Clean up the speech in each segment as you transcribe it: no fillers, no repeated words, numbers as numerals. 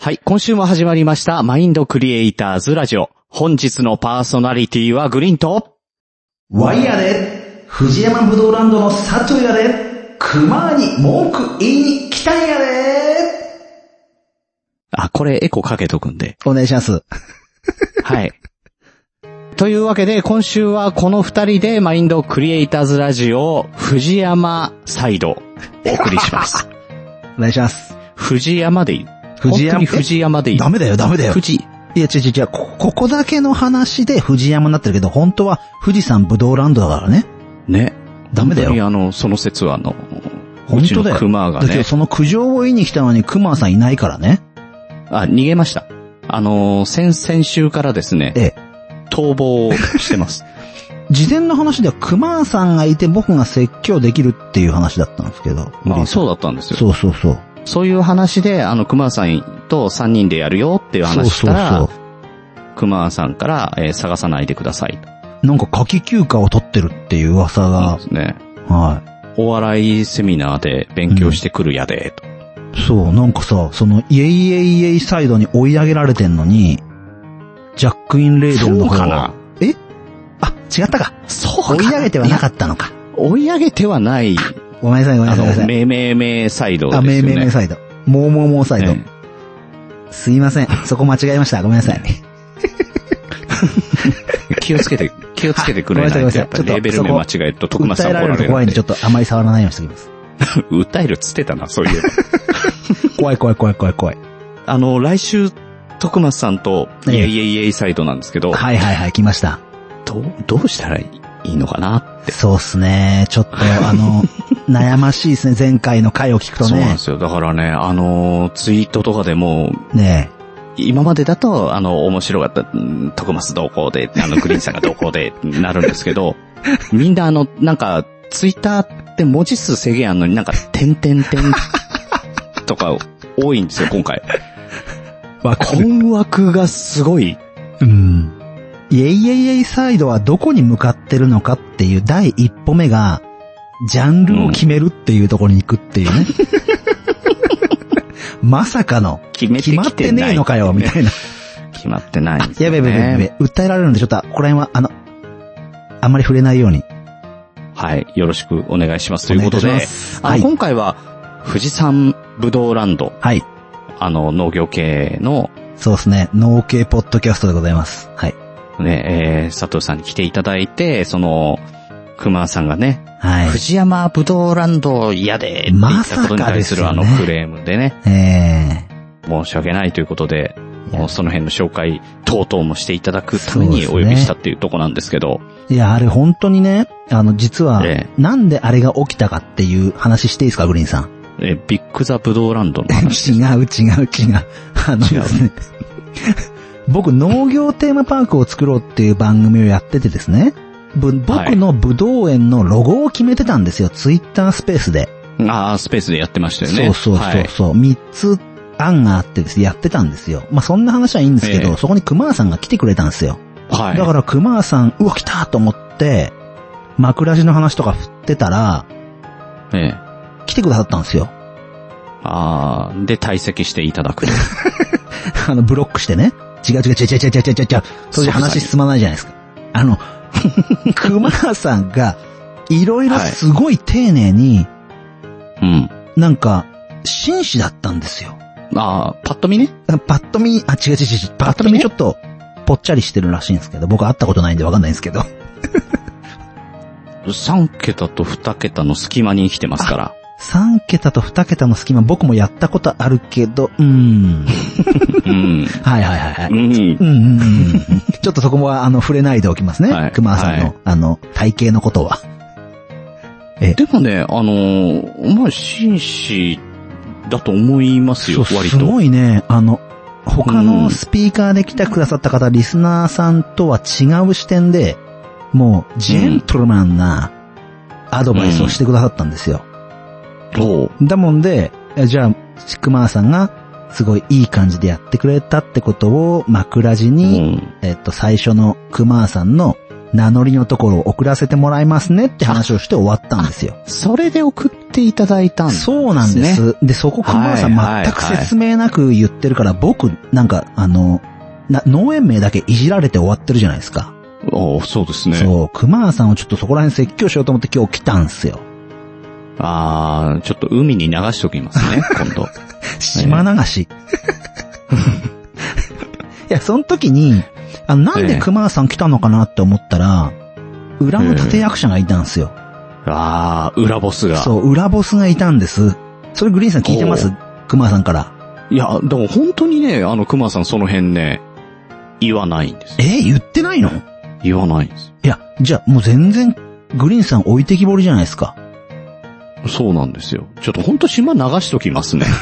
はい、今週も始まりましたマインドクリエイターズラジオ。本日のパーソナリティはグリーンとワイヤで藤山ぶどうランドの佐藤やで熊に文句言いに来たんやで。 あ、これエコかけとくんで。 お願いします。 はい。というわけで今週はこの二人でマインドクリエイターズラジオ藤山サイドお送りします。 お願いします。 藤山でいい？藤山でいい？ ダメだよ。いや、違う。ここだけの話で藤山になってるけど、本当は富士山ぶどうランドだからね。 ね。 ダメだよ。 本当にその説は本当だよ。 熊がね。 だけどその苦情を言いに来たのに熊さんいないからね。 あ、逃げました。先週からですね。逃亡してます。 事前の話では熊さんがいて僕が説教できるっていう話だったんですけど。 あ、そうだったんですよ。 そう。 そういう話で、熊さんと3人でやるよっていう話したら、熊さんから、探さないでください。 なんか夏季休暇を取ってるっていう噂が。 そうですね。 はい。 お笑いセミナーで勉強してくるやで、 と。そう、なんかさ、その、イエイイエイイエイサイドに追い上げられてんのに、ジャックインレーベルの方は。 そうかな？ あ、違ったか。 そうか。 追い上げてはなかったのか。 追い上げてはない。 ごめんなさい。 めサイドですよね。 めサイド。もサイド。すいません。そこ間違えました。ごめんなさい。 気をつけてくれないと。やっぱレーベル名間違えると徳松さん怒られるんで。 訴えられると怖いんでちょっとあまり触らないようにしておきます。 訴えるっつってたな、そういえば。怖い。 来週、徳松さんと、イエイサイドなんですけど。 はい、来ました。 どうしたらいいのかなって。 そうっすね。ちょっと悩ましいですね。前回の回を聞くとね。 そうなんですよ。だからね、ツイートとかでも、 ね今までだと、面白かった、徳松同行で、グリーンさんが同行で、なるんですけど、みんななんか、ツイッターって文字数制限あるのになんか、点とか多いんですよ、今回。困惑がすごい。 イエイイエイイエイサイドはどこに向かってるのかっていう第一歩目が、ジャンルを決めるっていうところに行くっていうね。まさかの、決まってねえのかよ、みたいな。 決まってないんですよね。 やべ。訴えられるんで、ちょっと、ここら辺は、あんまり触れないように。 はい。よろしくお願いします。ということで、今回は、富士山ぶどうランド。 はい。 農業系の。 そうですね。農系ポッドキャストでございます。はい。 ね、佐藤さんに来ていただいて、熊さんがね、 はい。 藤山ぶどうランド嫌で、って言ったことに対するクレームでね。申し訳ないということで、もうその辺の紹介等々もしていただくためにお呼びしたっていうとこなんですけど。 いや、あれ本当にね、実は、なんであれが起きたかっていう話していいですか、グリーンさん。 ビッグザブドウランドの話。 違う。ですね。僕、農業テーマパークを作ろうっていう番組をやっててですね。僕のぶどう園のロゴを決めてたんですよ。ツイッタースペースで。 ああ、スペースでやってましたよね。 そう。3つ案があってですね、やってたんですよ。まあ、そんな話はいいんですけど、そこに熊さんが来てくれたんですよ。 はい。 だから熊さん、うわ、来たと思って、枕地の話とか振ってたら、来てくださったんですよ。 ああ、で退席していただく。 ブロックしてね。違う。それじゃ話進まないじゃないですか。熊さんが、いろいろすごい丁寧に、なんか、紳士だったんですよ。 ああ、パッと見ね。 違う。パッと見ちょっと、ぽっちゃりしてるらしいんですけど、僕会ったことないんでわかんないんですけど。 3桁と2桁の隙間に生きてますから。 3桁と2桁の隙間、僕もやったことあるけど、はい。ちょっとそこは、触れないでおきますね。はい、熊さんの、体型のことは。 でもね、紳士だと思いますよ、割と。 すごいね、他のスピーカーで来てくださった方、リスナーさんとは違う視点で、もう、ジェントルマンなアドバイスをしてくださったんですよ。だもんで、じゃあ、熊さんが、すごいいい感じでやってくれたってことを、枕地に、最初の熊さんの名乗りのところを送らせてもらいますねって話をして終わったんですよ。 それでていただいたんですね。 そうなんです。で、そこ熊さん全く説明なく言ってるから、僕、なんか、農園名だけいじられて終わってるじゃないですか。 そうですね。 そう、熊さんをちょっとそこら辺説教しようと思って今日来たんすよ。 ちょっと海に流しときますね、今度。 島流し。いや、その時に、なんで熊さん来たのかなって思ったら、裏の立役者がいたんですよ。 裏ボスが。 そう、裏ボスがいたんです。それグリーンさん聞いてます？熊さんから。 いや、でも本当にね、熊さんその辺ね、言わないんです。 言ってないの？ 言わないんです。 いや、じゃあもう全然、グリーンさん置いてきぼりじゃないですか。 そうなんですよ。ちょっとほんと島流しときますね。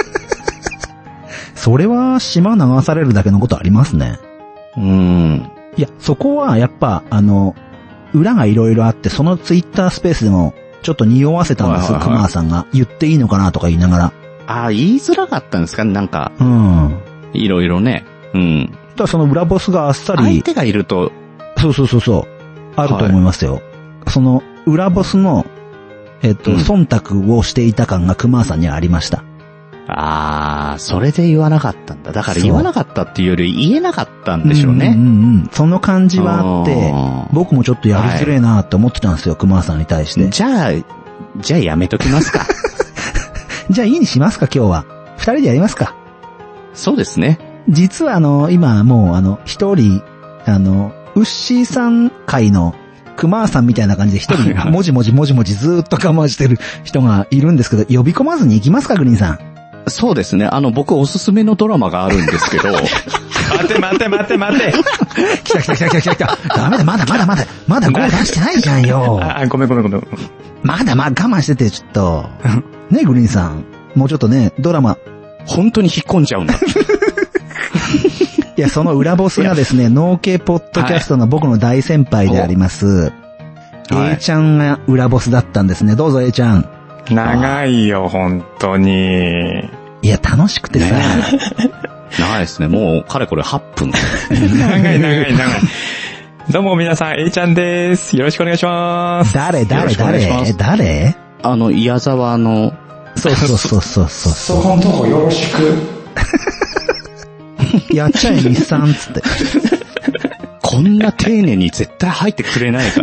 それは島流されるだけのことありますね。いや、そこはやっぱ、裏がいろいろあって、そのツイッタースペースでも、ちょっと匂わせたんです、熊さんが。言っていいのかなとか言いながら。 言いづらかったんですかね、なんか。いろいろね。 ただその裏ボスがあっさり。 相手がいると。 そう。あると思いますよ。その、裏ボスの、忖度をしていた感が熊さんにはありました。 それで言わなかったんだ。だから言わなかったっていうより言えなかったんでしょうね。 その感じはあって、僕もちょっとやりづれえなって思ってたんですよ、熊さんに対して。 じゃあやめときますか。 じゃあいいにしますか、今日は。二人でやりますか。 そうですね。 実は今もう一人、ウッシーさん会の熊さんみたいな感じで一人、もじもじずーっと我慢してる人がいるんですけど、呼び込まずに行きますか、グリーンさん。 そうですね。僕おすすめのドラマがあるんですけど。 待て。 来た。ダメだ、まだ5出してないじゃんよ。 ごめん。 まだ我慢してて、ちょっと。ね、グリーンさん。もうちょっとね、ドラマ。 本当に引っ込んじゃうんだ。 いや、その裏ボスがですね、農系ポッドキャストの僕の大先輩であります。A ちゃんが裏ボスだったんですね。どうぞ A ちゃん。 長いよ、本当に。 いや、楽しくてさ。 長いですね。もう、かれこれ8分。 長い。どうも皆さん、A ちゃんです。よろしくお願いします。 誰矢沢の。 そう。 そこのとこよろしく。 やっちゃえ、日産つって。 こんな丁寧に絶対入ってくれないから。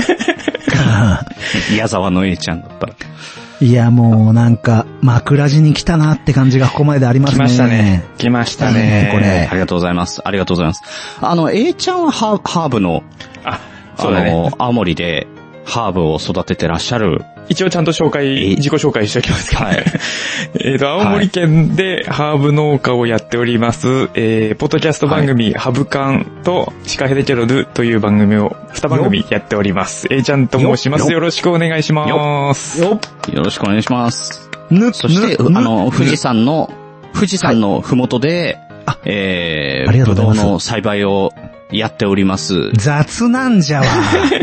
矢沢の A ちゃんだったら。 いや、もうなんか、枕地に来たなって感じがここまでありますね。 来ましたね。 これ。 ありがとうございます。A ちゃんはハーブの、 そうだね。 青森でハーブを育ててらっしゃる。 一応ちゃんと自己紹介しておきますけど、青森県でハーブ農家をやっております、ポッドキャスト番組、ハブカンとシカヘデチェロドという番組を2番組やっております。A ちゃんと申します。よろしくお願いします。 よろしくお願いします。そして、富士山のふもとで、ぶどうの栽培をやっております。 雑なんじゃわ。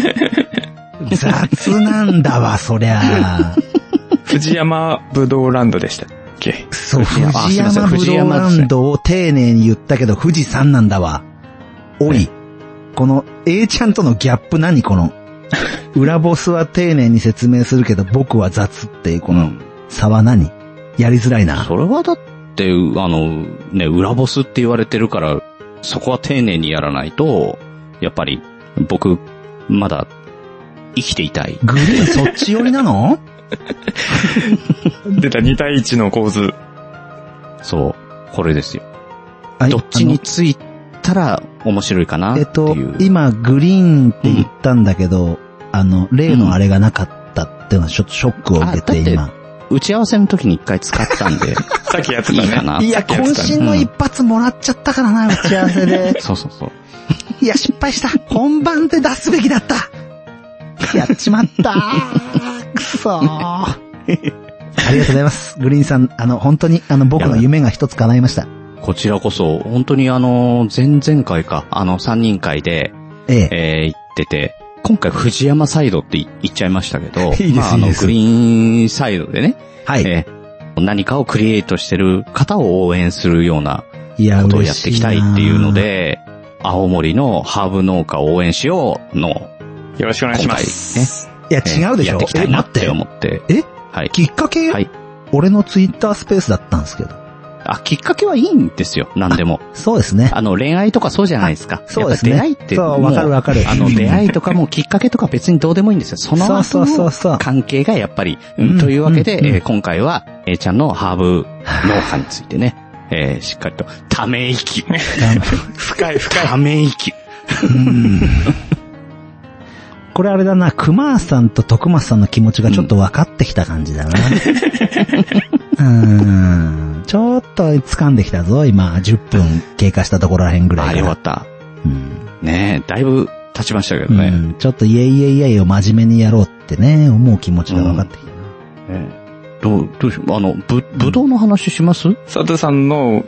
雑なんだわ、そりゃ。 藤山ぶどうランドでしたっけ？ そう、藤山ぶどうランドを丁寧に言ったけど、富士山なんだわ。おい、この A ちゃんとのギャップ何この、裏ボスは丁寧に説明するけど、僕は雑っていうこの差は何？やりづらいな。 それはだって、裏ボスって言われてるから、そこは丁寧にやらないと、やっぱり、僕、まだ、生きていたい。 グリーンそっち寄りなの？ 出た2対1の構図。 そう。これですよ。どっちについたら面白いかなっていう。 今グリーンって言ったんだけど、例のあれがなかったっていうのはちょっとショックを受けて今。 打ち合わせの時に1回使ったんで。 さっきやってたね。 いいかな。 いや、渾身の一発もらっちゃったからな、打ち合わせで。 そう。 いや、失敗した。本番で出すべきだった。やっちまったー。くそー。ありがとうございます。グリーンさん、本当に、僕の夢が一つ叶いました。 こちらこそ、本当に前々回か、3人会で、行ってて、今回藤山サイドって言っちゃいましたけど、 いいですグリーンサイドでね、 はい。 何かをクリエイトしてる方を応援するようなことをやっていきたいっていうので、青森のハーブ農家を応援しようの、 よろしくお願いします。 ね。 いや、違うでしょ。 やっていきたいなって思って。 はい。 きっかけ、 はい。 俺のツイッタースペースだったんですけど。 きっかけはいいんですよ、何でも。 そうですね。 恋愛とかそうじゃないですか。 そうですね。 出会いって。 そう、わかるわかる。 出会いとかもきっかけとか別にどうでもいいんですよ。その後の関係がやっぱぱり、というわけで、今回は、A ちゃんのハーブ農家についてね、しっかりと、ため息。 深い。 ため息。 これあれだな、熊さんと徳松さんの気持ちがちょっと分かってきた感じだな。ちょっと掴んできたぞ、今、10分経過したところらへんぐらい。 よかった。ねえ、だいぶ経ちましたけどね。 ちょっとイエイエイエイを真面目にやろうってね、思う気持ちが分かってきたな。 どうしよう、ぶどうの話します？ 佐藤さんの、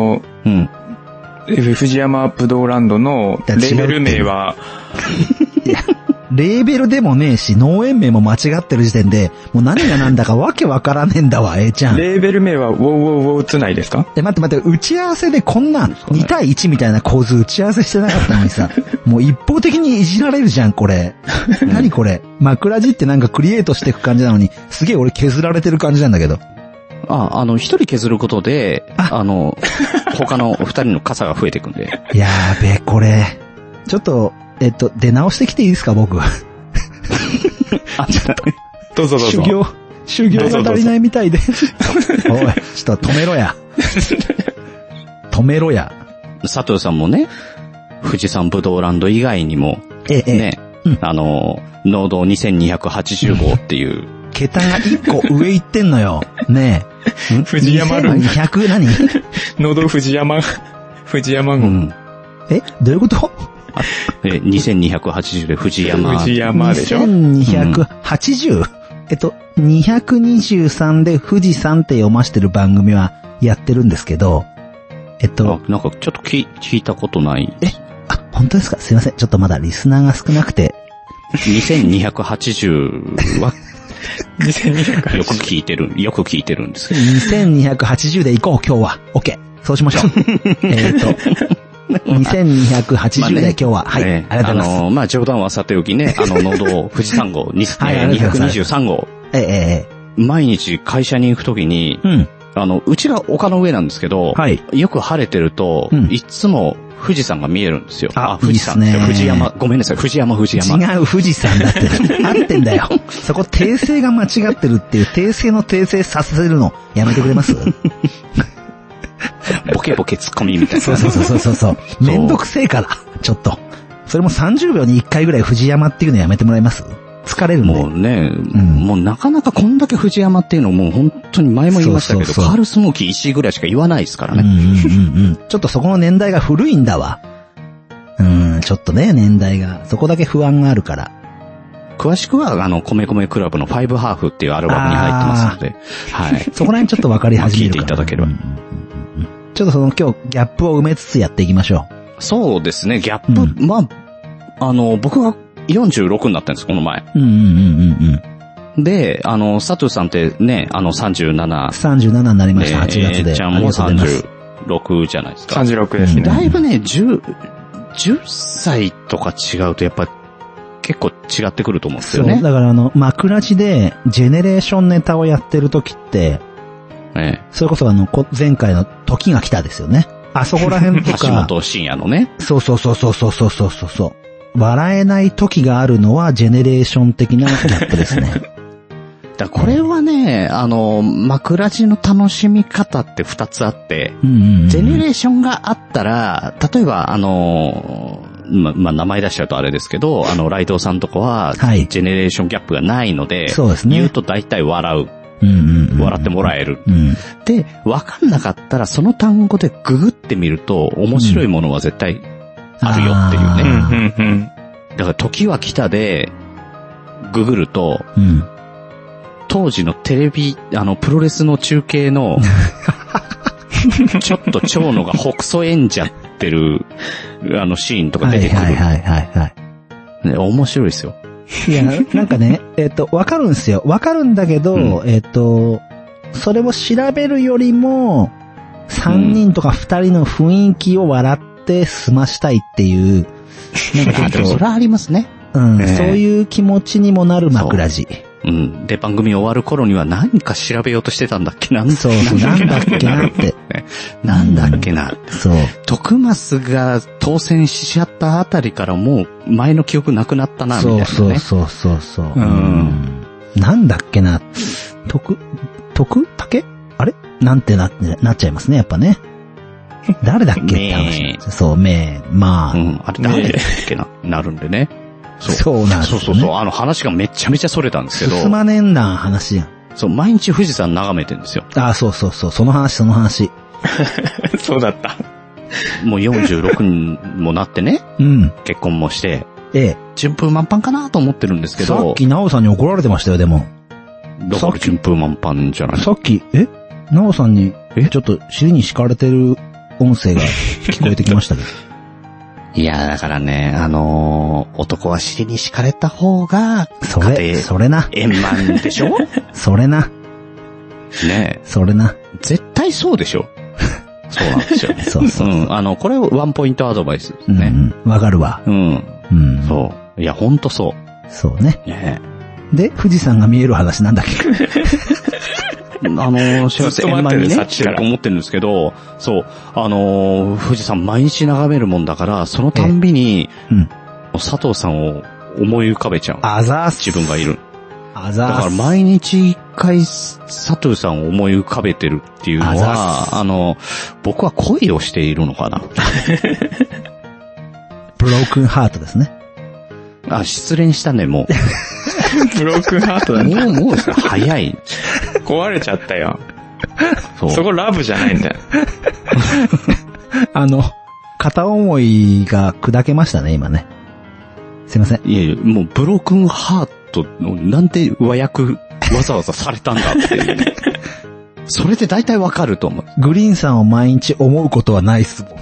藤山ぶどうランドのレーベル名は、 いや、レーベルでもねえし、農園名も間違ってる時点で、もう何が何だかわけわからねえんだわ、ちゃん。 レーベル名はウォーウォーウォーつないですか？ 待って、打ち合わせでこんな2対1みたいな構図打ち合わせしてなかったのにさ、もう一方的にいじられるじゃん、これ。何これ。枕地ってなんかクリエイトしていく感じなのに、すげえ俺削られてる感じなんだけど。 一人削ることで、他の二人の傘が増えていくんで。 やーべ、これ。ちょっと、出直してきていいですか、僕は。 どうぞ。 修行が足りないみたいで。おい、ちょっと止めろや。 佐藤さんもね、富士山ぶどうランド以外にも、ね、農道2280号っていう、 桁が1個上行ってんのよ。ねえ。藤山ルン。 200何？ 農道藤山号。 どういうこと？ 2280で藤山。 藤山でしょ？ 2280？ 223で富士山って読ましてる番組はやってるんですけど、 なんかちょっと聞いたことない。 本当ですか？すいません。ちょっとまだリスナーが少なくて。 2280は、 2280 よく聞いてるんですけど。 2280で行こう、今日は。OK。そうしましょう。2280で今日は。はい。ありがとうございます。 冗談はさておきね、農道富士山号、223号。毎日会社に行くときに、うちが丘の上なんですけど、よく晴れてると、いつも富士山が見えるんですよ。富士山って藤山、ごめんなさい、藤山。 違う、富士山だって。合ってんだよ。そこ訂正が間違ってるっていう、訂正の訂正させるの、やめてくれます？ ボケツッコミみたいな。 そう。めんどくせえから、ちょっと。それも30秒に1回ぐらい藤山っていうのやめてもらえます？疲れるんで。 もうね、もうなかなかこんだけ藤山っていうのもう本当に前も言いましたけど、カールスモーキー石井ぐらいしか言わないですからね。 ちょっとそこの年代が古いんだわ。ちょっとね、年代が。そこだけ不安があるから。 詳しくは、米米クラブの5ハーフっていうアルバムに入ってますので、はい。 そこら辺ちょっとわかり始めるから。 聞いていただければ。 ちょっと今日ギャップを埋めつつやっていきましょう。そうですね、ギャップ。僕が46になったんです、この前。で、佐藤さんってね、37になりました、8月で。 ちゃんも36じゃないですか。 36ですね。 だいぶね、10歳とか違うとやっぱ結構違ってくると思うんですよね。 そう、だから枕地でジェネレーションネタをやってる時って、それこそ前回の時が来たですよね。あそこら辺とか。 橋本真也のね。 そう。笑えない時があるのはジェネレーション的なギャップですね。 これはね、枕地の楽しみ方って2つあって、ジェネレーションがあったら、例えば名前出しちゃうとあれですけど、ライドウさんとかは、ジェネレーションギャップがないので、 そうですね。 言うと大体笑う。笑ってもらえる。で、わかんなかったらその単語でググってみると面白いものは絶対あるよっていうね。だから時は来たでググると、当時のテレビ、プロレスの中継のちょっと蝶野が北総演じゃってるシーンとか出てくる。面白いですよ。 いや、なんかね、わかるんですよ。わかるんだけど、それを調べるよりも、3人とか2人の雰囲気を笑って済ましたいっていう、 なんかちょっと、それはありますね。 そういう気持ちにもなる枕地。 うん。で、番組終わる頃には何か調べようとしてたんだっけな。 そうそう、なんだっけなって。 なんだっけな。 そう。 徳増が当選しちゃったあたりからもう前の記憶なくなったな、みたいなね。 そう。なんだっけな。竹あれなんてなっちゃいますね、やっぱね。誰だっけって話。そう、まあ。 うん、あれ誰だっけな、なるんでね。 そうなんですね。 そう。話がめちゃめちゃ逸れたんですけど。 進まねえんだ、話やん。 そう、毎日富士山眺めてるんですよ。 あ、そう。その話。 そうだった。 もう46にもなってね。 うん。 結婚もして。 ええ。 順風満帆かなと思ってるんですけど。 さっき、なおさんに怒られてましたよ、でも。 だから順風満帆じゃない。 さっき、なおさんに、ちょっと尻に敷かれてる音声が聞こえてきましたけど。 いや、だからね、男は尻に敷かれた方が、 それな。 円満でしょそれな。 ねえ。 それな。 絶対そうでしょそうなんですよ。 そう。 うん。これワンポイントアドバイスですね。 うん。わかるわ。 うん。 うん。 そう。いや、ほんとそう。 そうね。 ねで、富士山が見える話なんだっけ幸せ円満にね、してると思ってるんですけど、そう、富士山毎日眺めるもんだから、そのたんびに、佐藤さんを思い浮かべちゃう。自分がいる。だから毎日一回佐藤さんを思い浮かべてるっていうのは、僕は恋をしているのかな。 ブロークンハートですね。 あ、失恋したね、もう。 ブロークンハートだね。 もう早い。 壊れちゃったよ。そこラブじゃないんだよ。 片思いが砕けましたね、今ね。すいません。 いやもうブロークンハートの、なんで和訳わざわざされたんだっていう。それで大体わかると思う。 グリーンさんを毎日思うことはないっすもん。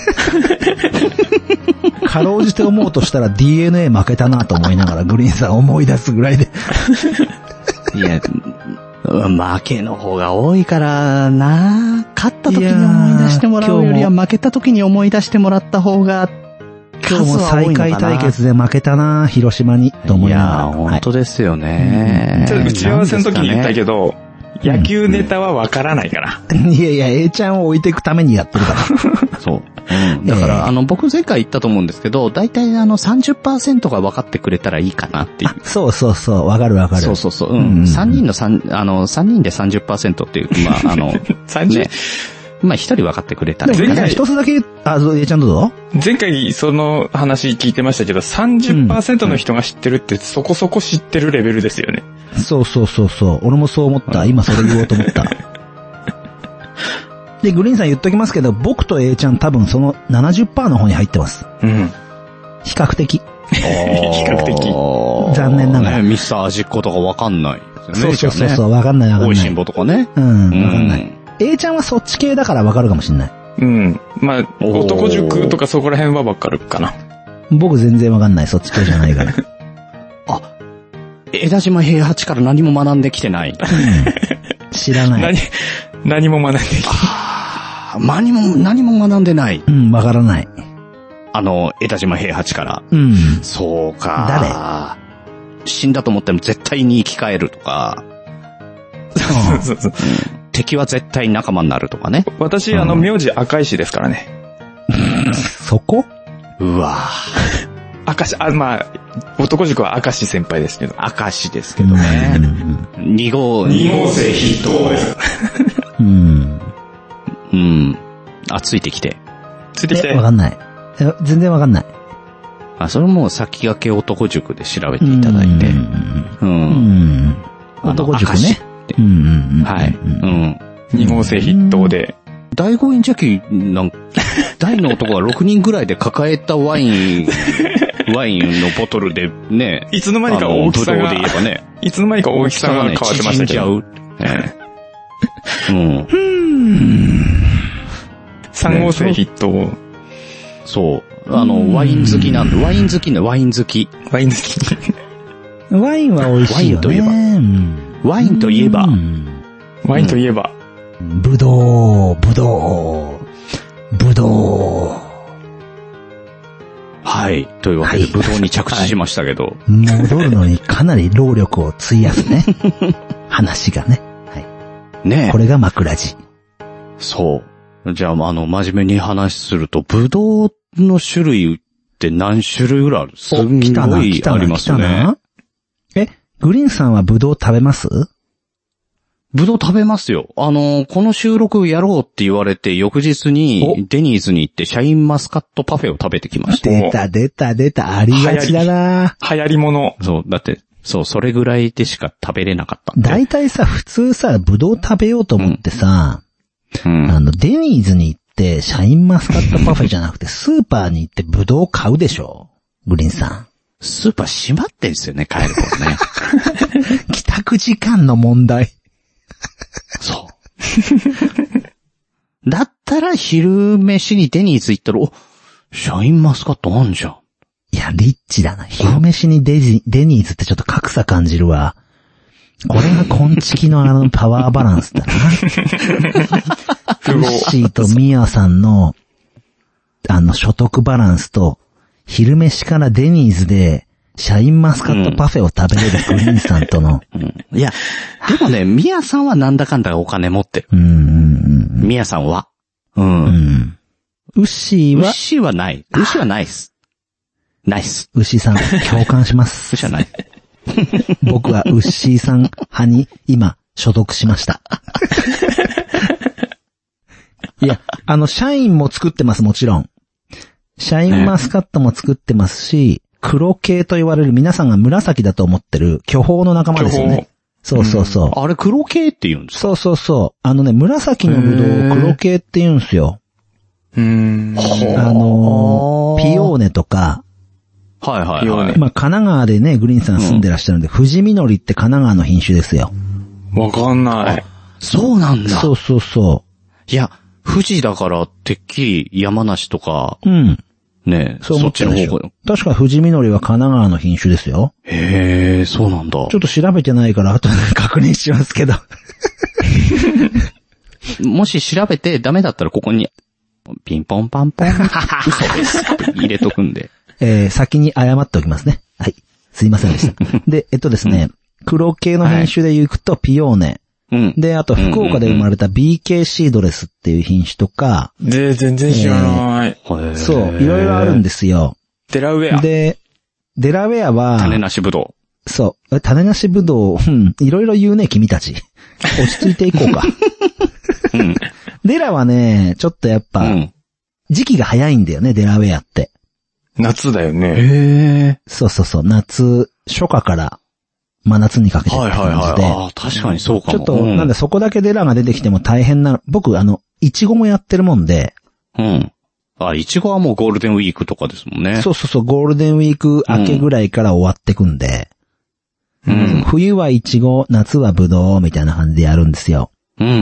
かろうじて思うとしたら DNA 負けたなと思いながらグリーンさん思い出すぐらいで。 いや、負けの方が多いからな。勝った時に思い出してもらうよりは負けた時に思い出してもらった方が、 今日も最下位対決で負けたな、広島に、と思いながら。 いや、本当ですよね。 打ち合わせの時に言ったけど、野球ネタはわからないから。 いや、A ちゃんを置いていくためにやってるから。 そう。だから、僕前回言ったと思うんですけど、大体30% が分かってくれたらいいかなっていう。 そう、わかる。 そう。3人で 30% っていう、 30? ね。1人分かってくれたらいいかな。 前回一つだけ、A ちゃんどうぞ。 前回その話聞いてましたけど、30% の人が知ってるってそこそこ知ってるレベルですよね。 そう。俺もそう思った。今それ言おうと思った。で、グリーンさん言っときますけど、僕と A ちゃん多分その 70% の方に入ってます。 うん。 比較的。 比較的。 残念ながら。 ミスター味っ子とかわかんないですよね。 そう、わかんない。 美味しんぼとかね。 わかんない。A ちゃんはそっち系だからわかるかもしんない。 うん。まあ、男塾とかそこら辺はわかるかな。 僕全然わかんない。そっち系じゃないから。 枝島平八から何も学んできてない。 知らない。 何も学んできてない。何も学んでない。 わからない。 枝島平八から。そうか。 誰？ 死んだと思っても絶対に生き返るとか。 そう。 敵は絶対仲間になるとかね。 私、名字赤石ですからね。 そこ？ うわ赤石、まあ、男塾は赤石先輩ですけど。 赤石ですけどね。2号生筆頭です。ついてきて。 わかんない。全然わかんない。 それも先駆け男塾で調べていただいて。 男塾ね。 はい。 2号生筆頭で。 大豪院邪気大の男が6人ぐらいで抱えたワインのボトルでね。 いつの間にか大きさが。 ブドウで言えばね。 いつの間にか大きさが変わってましたけど。3号生筆頭。 そう。ワイン好きなんで、ワイン好き。 ワインは美味しいよね。 ワインといえば。 ぶどう。 ははい。というわけで、ブドウに着地しましたけど。 戻るのにかなり労力を費やすね。話がね。はい。 ねえ。 これが枕地。 そう。じゃあ、真面目に話すると、ブドウの種類って何種類ぐらいある？すんごいありますね。 グリーンさんはブドウ食べます？ ブドウ食べますよ。この収録やろうって言われて、翌日にデニーズに行ってシャインマスカットパフェを食べてきました。 出た。ありがちだな。 流行り物。 そう、だって、そう、それぐらいでしか食べれなかったんで。 大体さ、普通さ、ブドウ食べようと思ってさ、デニーズに行って、シャインマスカットパフェじゃなくて、スーパーに行ってブドウ買うでしょ？グリーンさん。 スーパー閉まってんすよね、帰る頃ね。 帰宅時間の問題。 そう。だったら昼飯にデニーズ行ったら、シャインマスカットあんじゃん。 いや、リッチだな。昼飯にデニーズってちょっと格差感じるわ。これがコンチキのパワーバランスだな。フッシーとミヤさんの、所得バランスと、昼飯からデニーズで、シャインマスカットパフェを食べれるグリーンさんとの。 いや、でもね、ミヤさんはなんだかんだお金持ってる。ミヤさんは。ウッシーはない。ウッシーはないっす。ナイス。 ウッシーさん、共感します。 ウッシーはない。 僕はウッシーさん派に今、所属しました。いや、シャインも作ってます、もちろん。シャインマスカットも作ってますし、黒系と言われる皆さんが紫だと思ってる巨峰の仲間ですよね。そうそうそう。 あれ黒系って言うんですか？ そう。紫のブドウを黒系って言うんですよ。ピオーネとか。 はい。 まあ、神奈川でね、グリーンさん住んでらっしゃるんで、富士実りって神奈川の品種ですよ。 わかんない。 そうなんだ。 そう。 いや、富士だから、てっきり山梨とか。ねえ、 そう思ってるでしょ。 そっちの方。 確か富士実りは神奈川の品種ですよ。 へえ、そうなんだ。 ちょっと調べてないから後で確認しますけど。 もし調べてダメだったらここに、ピンポンパンポン、嘘ですって入れとくんで。 先に謝っておきますね。はい。すいませんでした。で、ですね、黒系の品種で行くとピオーネ。で、あと福岡で生まれた BK シードレスっていう品種とか。 全然知らない。 そう、いろいろあるんですよ。 デラウェア。 で、デラウェアは、 種なしぶどう。そう、種なしぶどう、いろいろ言うね、君たち。落ち着いていこうか。デラはね、ちょっとやっぱ、時期が早いんだよね、デラウェアって。 夏だよね。 へー。 そう、夏、初夏から真夏にかけてって感じで。 確かにそうかも。 ちょっと、なんでそこだけデラが出てきても大変な、僕イチゴもやってるもんで。 イチゴはもうゴールデンウィークとかですもんね。 そう、ゴールデンウィーク明けぐらいから終わってくんで。冬はイチゴ、夏はブドウみたいな感じでやるんですよ。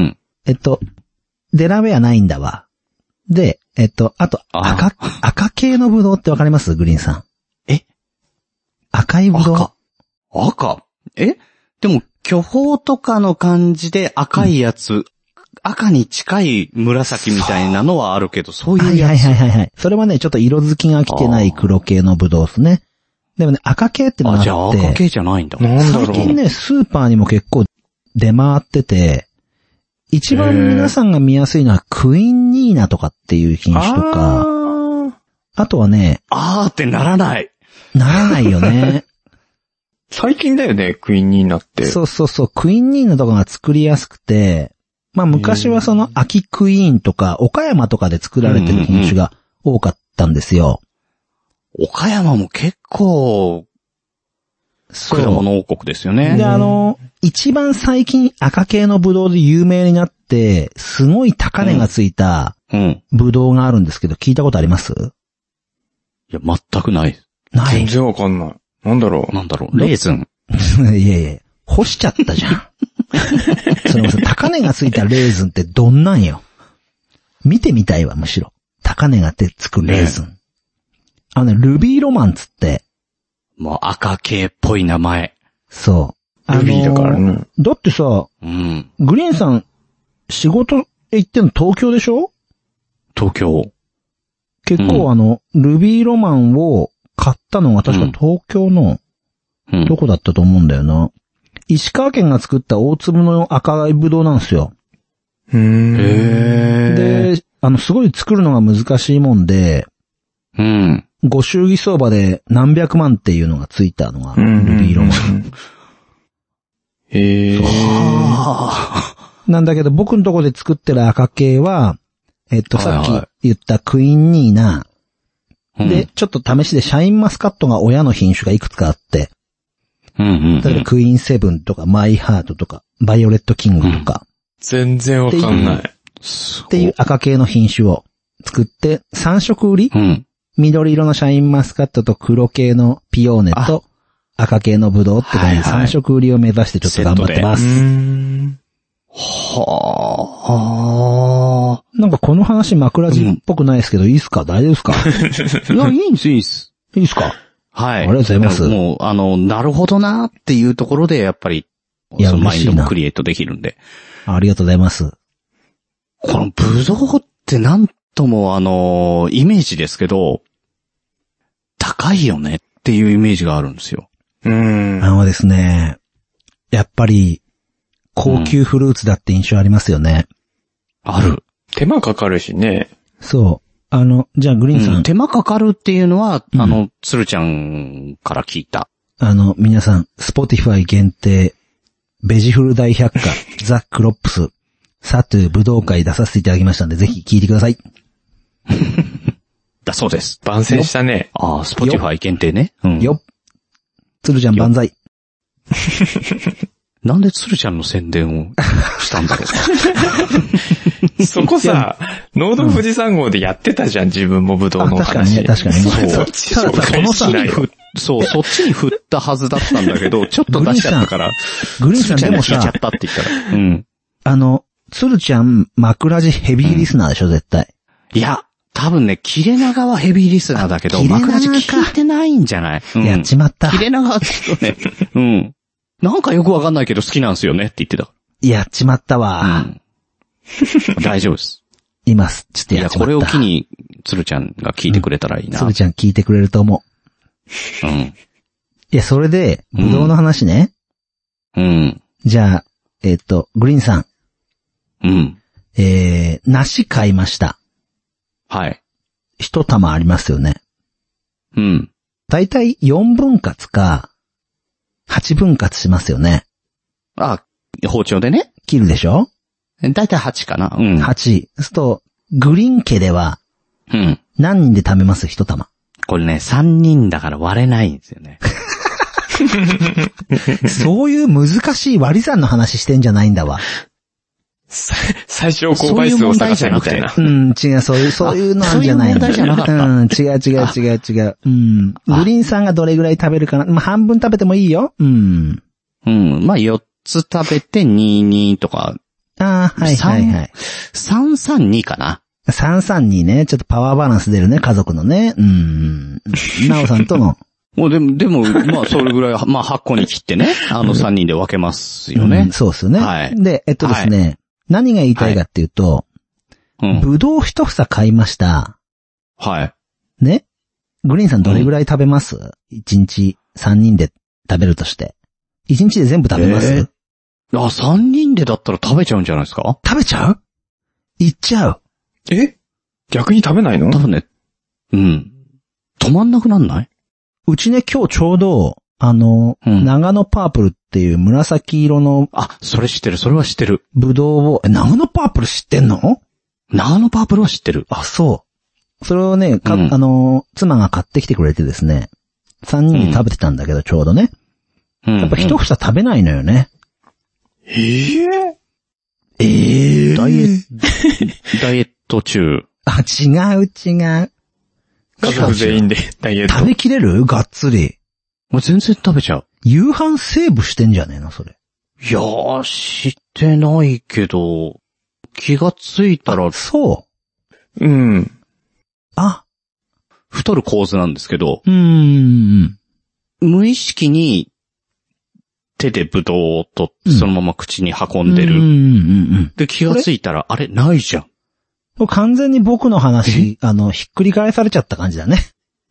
デラウェアないんだわ。で、あと、赤系のブドウってわかります？グリーンさん。赤いブドウ？ 赤でも、巨峰とかの感じで赤いやつ、赤に近い紫みたいなのはあるけど、そういうやつ。 はい。それはね、ちょっと色づきが来てない黒系のブドウですね。でもね、赤系ってのがあって。 じゃあ赤系じゃないんだ。 最近ね、スーパーにも結構出回ってて、一番皆さんが見やすいのはクインニーナとかっていう品種とか、あとはね、 ってならない。 ならないよね。 最近だよね、クイーンニーナって。 そう、クイーンニーナとかが作りやすくて、まあ昔はその秋クイーンとか、岡山とかで作られてる品種が多かったんですよ。 岡山も結構、果物王国ですよね。 で、一番最近赤系のブドウで有名になって、すごい高値がついたブドウがあるんですけど、聞いたことあります？ いや、全くない。 ない。 全然わかんない。なんだろう。レーズン。 いや、干しちゃったじゃん。高値がついたレーズンってどんなんよ。見てみたいわ、むしろ。高値がつくレーズン。ルビーロマンつって。 もう赤系っぽい名前。 そう。 ルビーだからね。 だってさ、グリーンさん、仕事へ行ってんの東京でしょ？ 東京。 結構ルビーロマンを買ったのが確か東京の、どこだったと思うんだよな。石川県が作った大粒の赤いブドウなんですよ。で、すごい作るのが難しいもんで、ご祝儀相場で何百万っていうのがついたのが、ルビーロマン。なんだけど、僕のとこで作ってる赤系は、さっき言ったクイーンニーナ、で、ちょっと試しでシャインマスカットが親の品種がいくつかあって、例えばクイーンセブンとかマイハートとか、バイオレットキングとか。 全然わかんない。 っていう赤系の品種を作って、3色売り、緑色のシャインマスカットと黒系のピオーネと赤系のブドウって感じで3色売りを目指してちょっと頑張ってます。はぁ。なんかこの話枕地っぽくないですけど、いいっすか？大丈夫ですか？ いや、いいんです、いいっす。 いいっすか？ はい。 ありがとうございます。 もう、なるほどなっていうところで、やっぱり、そのマインドもクリエイトできるんで。 ありがとうございます。 このブドウってなんともイメージですけど、高いよねっていうイメージがあるんですよ。 ですね、やっぱり、高級フルーツだって印象ありますよね。 ある。 手間かかるしね。 そう。じゃあグリーンさん。 手間かかるっていうのは、鶴ちゃんから聞いた。 皆さん、スポティファイ限定、ベジフル大百科、ザ・クロップス、サトゥ武道会出させていただきましたんで、ぜひ聞いてください。 だそうです。 番宣したね。 スポティファイ限定ね。 よっ。鶴ちゃん万歳。 なんで鶴ちゃんの宣伝をしたんだろう。 そこさ、農道富士山号でやってたじゃん、自分もブドウの話。 確かにね。 そっち紹介しないよ。 そっちに振ったはずだったんだけど、ちょっと出しちゃったから。 グリーンさんでもさ、 聞いちゃったって言ったら。 鶴ちゃん、枕地ヘビーリスナーでしょ、絶対。 いや、多分ね、切れ長はヘビーリスナーだけど、枕地聞いてないんじゃない？ やっちまった。 切れ長はちょっとね、なんかよくわかんないけど好きなんですよねって言ってた。 やっちまったわ。 大丈夫です。 います。ちょっとやっちまった。 いや、これを機に、鶴ちゃんが聞いてくれたらいいな。 鶴ちゃん聞いてくれると思う。いや、それで、ぶどうの話ね。じゃあ、グリーンさん。梨買いました。 はい。 一玉ありますよね。だいたい4分割か、8分割しますよね。 包丁でね。 切るでしょ？ だいたい8かな。 8。そうすると、グリーン家では、何人で食べます一玉。 これね、3人だから割れないんですよね。 そういう難しい割り算の話してんじゃないんだわ。 最小公倍数を探せみたいな。 違う、そういうのなんじゃないの。 そういう問題じゃなかった。 違う。グリーンさんがどれぐらい食べるかな。半分食べてもいいよ。 4つ食べて2とか。 はい。 332かな。 332ね。ちょっとパワーバランス出るね、家族のね。なおさんとの。 もうでも、それぐらい、8個に切ってね、3人で分けますよね。 そうっすよね。 はい。 で、ですね、何が言いたいかっていうと、ぶどう一房買いました。 はい。 ね。グリーンさんどれぐらい食べます？ 1 日3人で食べるとして。1日で全部食べます？ 3人でだったら食べちゃうんじゃないですか？ 食べちゃう？いっちゃう。 逆に食べないの？ 多分ね、止まんなくなんない？ うちね、今日ちょうど、長野パープルっていう紫色の。 それ知ってる。それは知ってる。 ぶどうを、長野パープル知ってんの？ 長野パープルは知ってる。 そう。それをね、妻が買ってきてくれてですね、3人で食べてたんだけど、ちょうどね。やっぱ一房食べないのよね。 ダイエット中。 違う。 家族全員でダイエット。 食べきれる？がっつり。 もう全然食べちゃう。 夕飯セーブしてんじゃねえのそれ。 いやー、してないけど、気がついたら。 そう。 太る構図なんですけど。 無意識に手でブドウを取ってそのまま口に運んでる。で、気がついたら、あれ、ないじゃん。 完全に僕の話、ひっくり返されちゃった感じだね。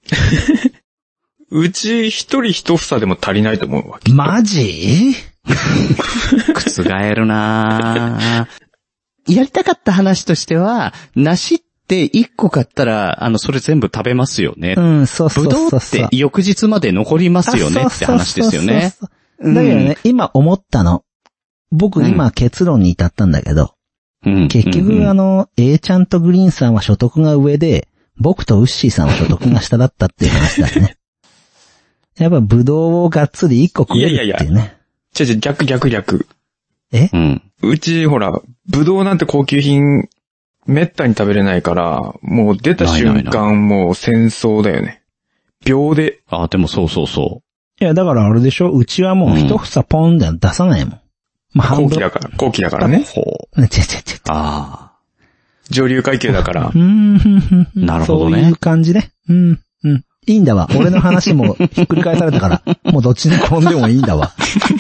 うち一人一房でも足りないと思うわけ。 マジ？ 覆るなぁ。やりたかった話としては、梨って1個買ったら、それ全部食べますよね。 うん、そうそうそうそう。 ぶどうって翌日まで残りますよねって話ですよね。 だけどね、今思ったの。僕今結論に至ったんだけど、結局A ちゃんとグリーンさんは所得が上で、僕とウッシーさんは所得が下だったっていう話だね。やっぱブドウをがっつり1個食えるっていうね。 逆。 え？ うちほら、ブドウなんて高級品、めったに食べれないから、もう出た瞬間もう戦争だよね。秒で。 あ、でもそう。 いや、だからあれでしょ？うちはもう一房ポンで出さないもん。まあ、 後期だからね。 ああ。 上流階級だから。 なるほどね。 そういう感じね。いいんだわ。俺の話もひっくり返されたから、もうどっちに転んでもいいんだわ。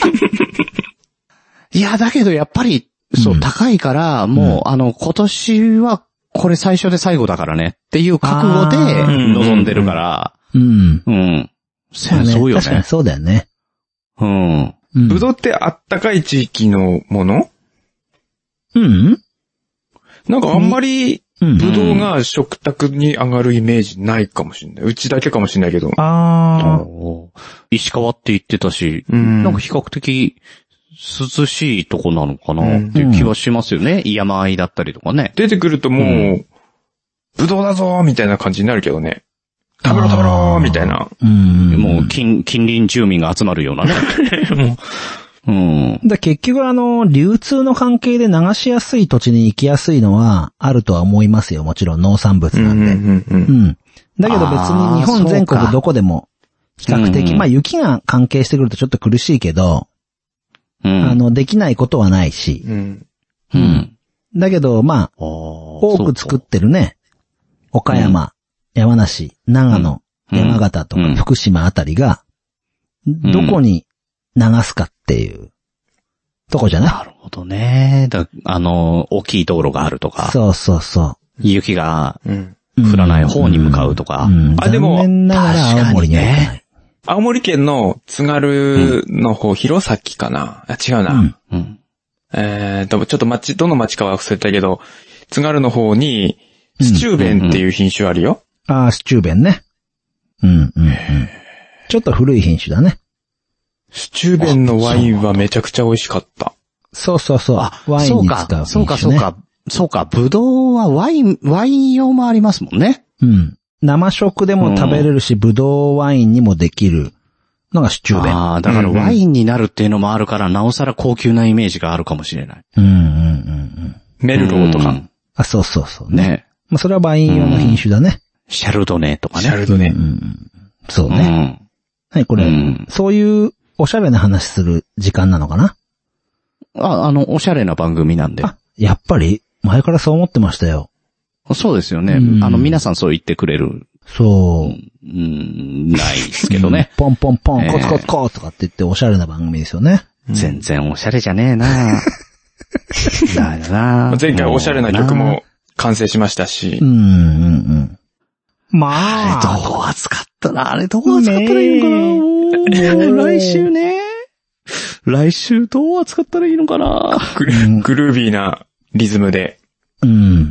いや、だけどやっぱり、そう、高いから、もう、今年はこれ最初で最後だからねっていう覚悟で臨んでるから。そうよね。 確かにそうだよね。 ぶどうってあったかい地域のもの？なんかあんまり、ぶどうが食卓に上がるイメージないかもしれない。うちだけかもしれないけど。 石川って言ってたし、なんか比較的涼しいとこなのかなっていう気はしますよね。山あいだったりとかね。 出てくるともう、ぶどうだぞーみたいな感じになるけどね。食べろみたいな。 もう近隣住民が集まるようなね。 結局流通の関係で流しやすい土地に行きやすいのはあるとは思いますよ。もちろん農産物なんで。だけど別に日本全国どこでも比較的、まあ雪が関係してくるとちょっと苦しいけど、できないことはないし。だけどまあ、多く作ってるね。岡山、山梨、長野、山形とか福島あたりが、どこに流すかっていうとこじゃない？ なるほどね。大きい道路があるとか。 そう。 雪が降らない方に向かうとか。 でも、残念ながら青森には行かない。 青森県の津軽の方、弘前かな？違うな。ちょっとどの町かは忘れたけど、津軽の方に、スチューベンっていう品種あるよ。 スチューベンね。ちょっと古い品種だね。 スチューベンのワインはめちゃくちゃ美味しかった。 そう。ワインに使う品種ね。 そうか。ぶどうはワイン用もありますもんね。 生食でも食べれるし、ぶどうワインにもできるのがスチューベン。 だからワインになるっていうのもあるから、なおさら高級なイメージがあるかもしれない。 メルローとか。 そうね。まあ、それはワイン用の品種だね。 シャルドネとかね。 シャルドネ。 そうね。はい、これ、そういうおしゃれな話する時間なのかな？ おしゃれな番組なんで。 やっぱり、前からそう思ってましたよ。 そうですよね。皆さんそう言ってくれる。 そう。 ないですけどね。 ポンポンポン、コツコツコツとかって言っておしゃれな番組ですよね。 全然おしゃれじゃねえなだな前回おしゃれな曲も完成しましたし。 まあ。 あれどう扱ったらいいのかなもう来週ね。来週どう扱ったらいいのかなグルービーなリズムで。 グ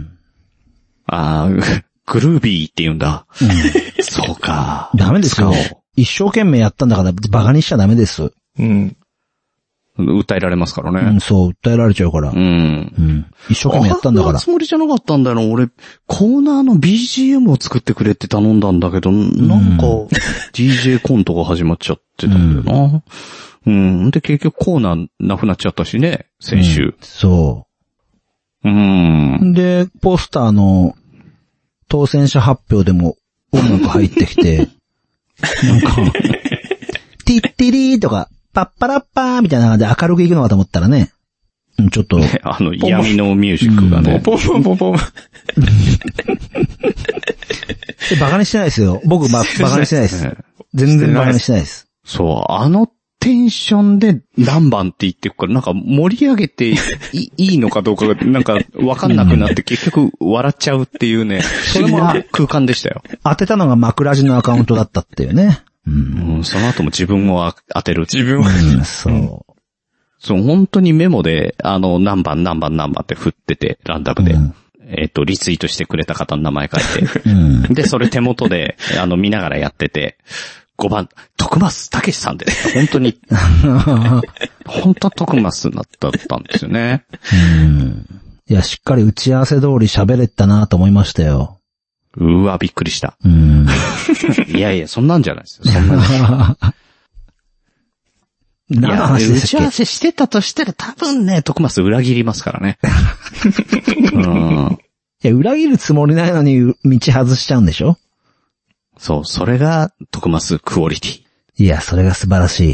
ルービーって言うんだ。そうか。 ダメですよ。一生懸命やったんだからバカにしちゃダメです。 訴えられますからね。 そう、訴えられちゃうから。一生懸命やったんだから。 つもりじゃなかったんだよ。俺、コーナーの BGM を作ってくれって頼んだんだけど、なんか、DJ コントが始まっちゃってたんだよな。で、結局コーナーなくなっちゃったしね、先週。 そう。で、ポスターの当選者発表でも音楽入ってきて、なんか、ティッティリーとか、パッパラッパーみたいな感じで明るくいくのかと思ったらね、ちょっと。 闇のミュージックがね。 ポンポンポン。 バカにしてないですよ。僕、バカにしてないです。全然バカにしてないです。 そう、 テンションで何番って言ってくから、なんか盛り上げていいのかどうかが、なんかわかんなくなって結局笑っちゃうっていうね、不思議な空間でしたよ。 当てたのが枕地のアカウントだったっていうね。 その後も自分を当てる。 自分を、 そう。 そう、本当にメモで、何番って振ってて、ランダムで。リツイートしてくれた方の名前書いて。で、それ手元で、見ながらやってて、5番、徳増武さんです。本当に。本当は徳増だったんですよね。 いや、しっかり打ち合わせ通り喋れたなと思いましたよ。 うわ、びっくりした。いやいや、そんなんじゃないですよ。そんなんじゃない。いや、打ち合わせしてたとしたら多分ね、徳増裏切りますからね。 いや、裏切るつもりないのに道外しちゃうんでしょ？ そう、それが徳増クオリティ。 いや、それが素晴らしい。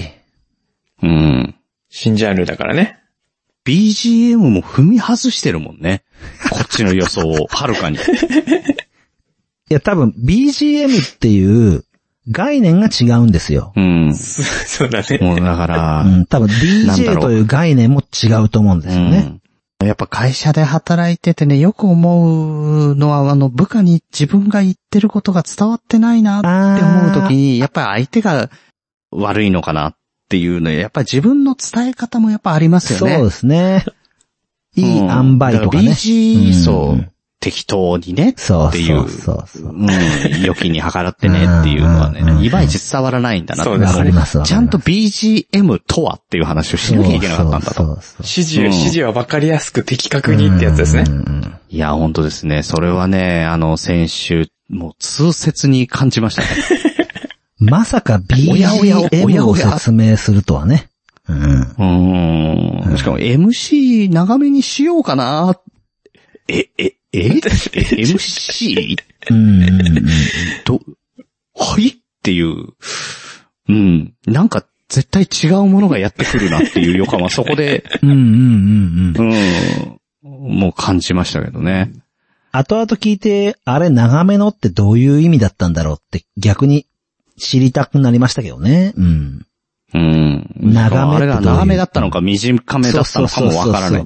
新ジャンルだからね。 BGM も踏み外してるもんね。こっちの予想を、はるかに。いや、多分 BGM っていう概念が違うんですよ。 そうだね。 もうだから、 多分 DJ という概念も違うと思うんですよね。 やっぱ会社で働いててね、よく思うのは、部下に自分が言ってることが伝わってないなって思うときに、やっぱり相手が悪いのかなっていうのやっぱり自分の伝え方もやっぱありますよね。 そうですね。いい塩梅とかね。 そう。適当にねっていう。良きに計らってねっていうのはね、いまいち伝わらないんだなって。 そうですね。ちゃんと BGM とはっていう話をしなきゃいけなかったんだと。 指示は分かりやすく的確にってやつですね。 いや、本当ですね。それはね、先週、もう痛切に感じましたね。 まさか BGM を説明するとはね。 しかも MC 長めにしようかな。MC? はいっていう。なんか絶対違うものがやってくるなっていう予感はそこで、もう感じましたけどね。 後々聞いて、あれ長めのってどういう意味だったんだろうって逆に知りたくなりましたけどね。 長め。あれが長めだったのか短めだったのかもわからない。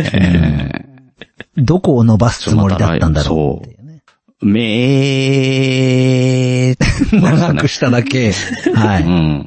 どこを伸ばすつもりだったんだろうっていうね。長くしただけ。はい。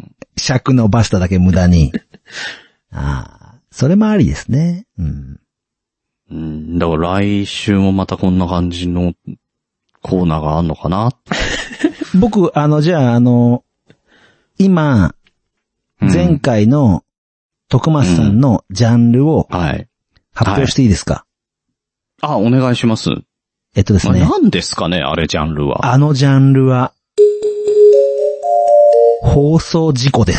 尺伸ばしただけ無駄に。それもありですね。 だから来週もまたこんな感じのコーナーがあんのかな僕、じゃあ今、前回の徳松さんのジャンルを発表していいですか？ お願いします。 ですね。 何ですかね、あれジャンルは。 ジャンルは、放送事故です。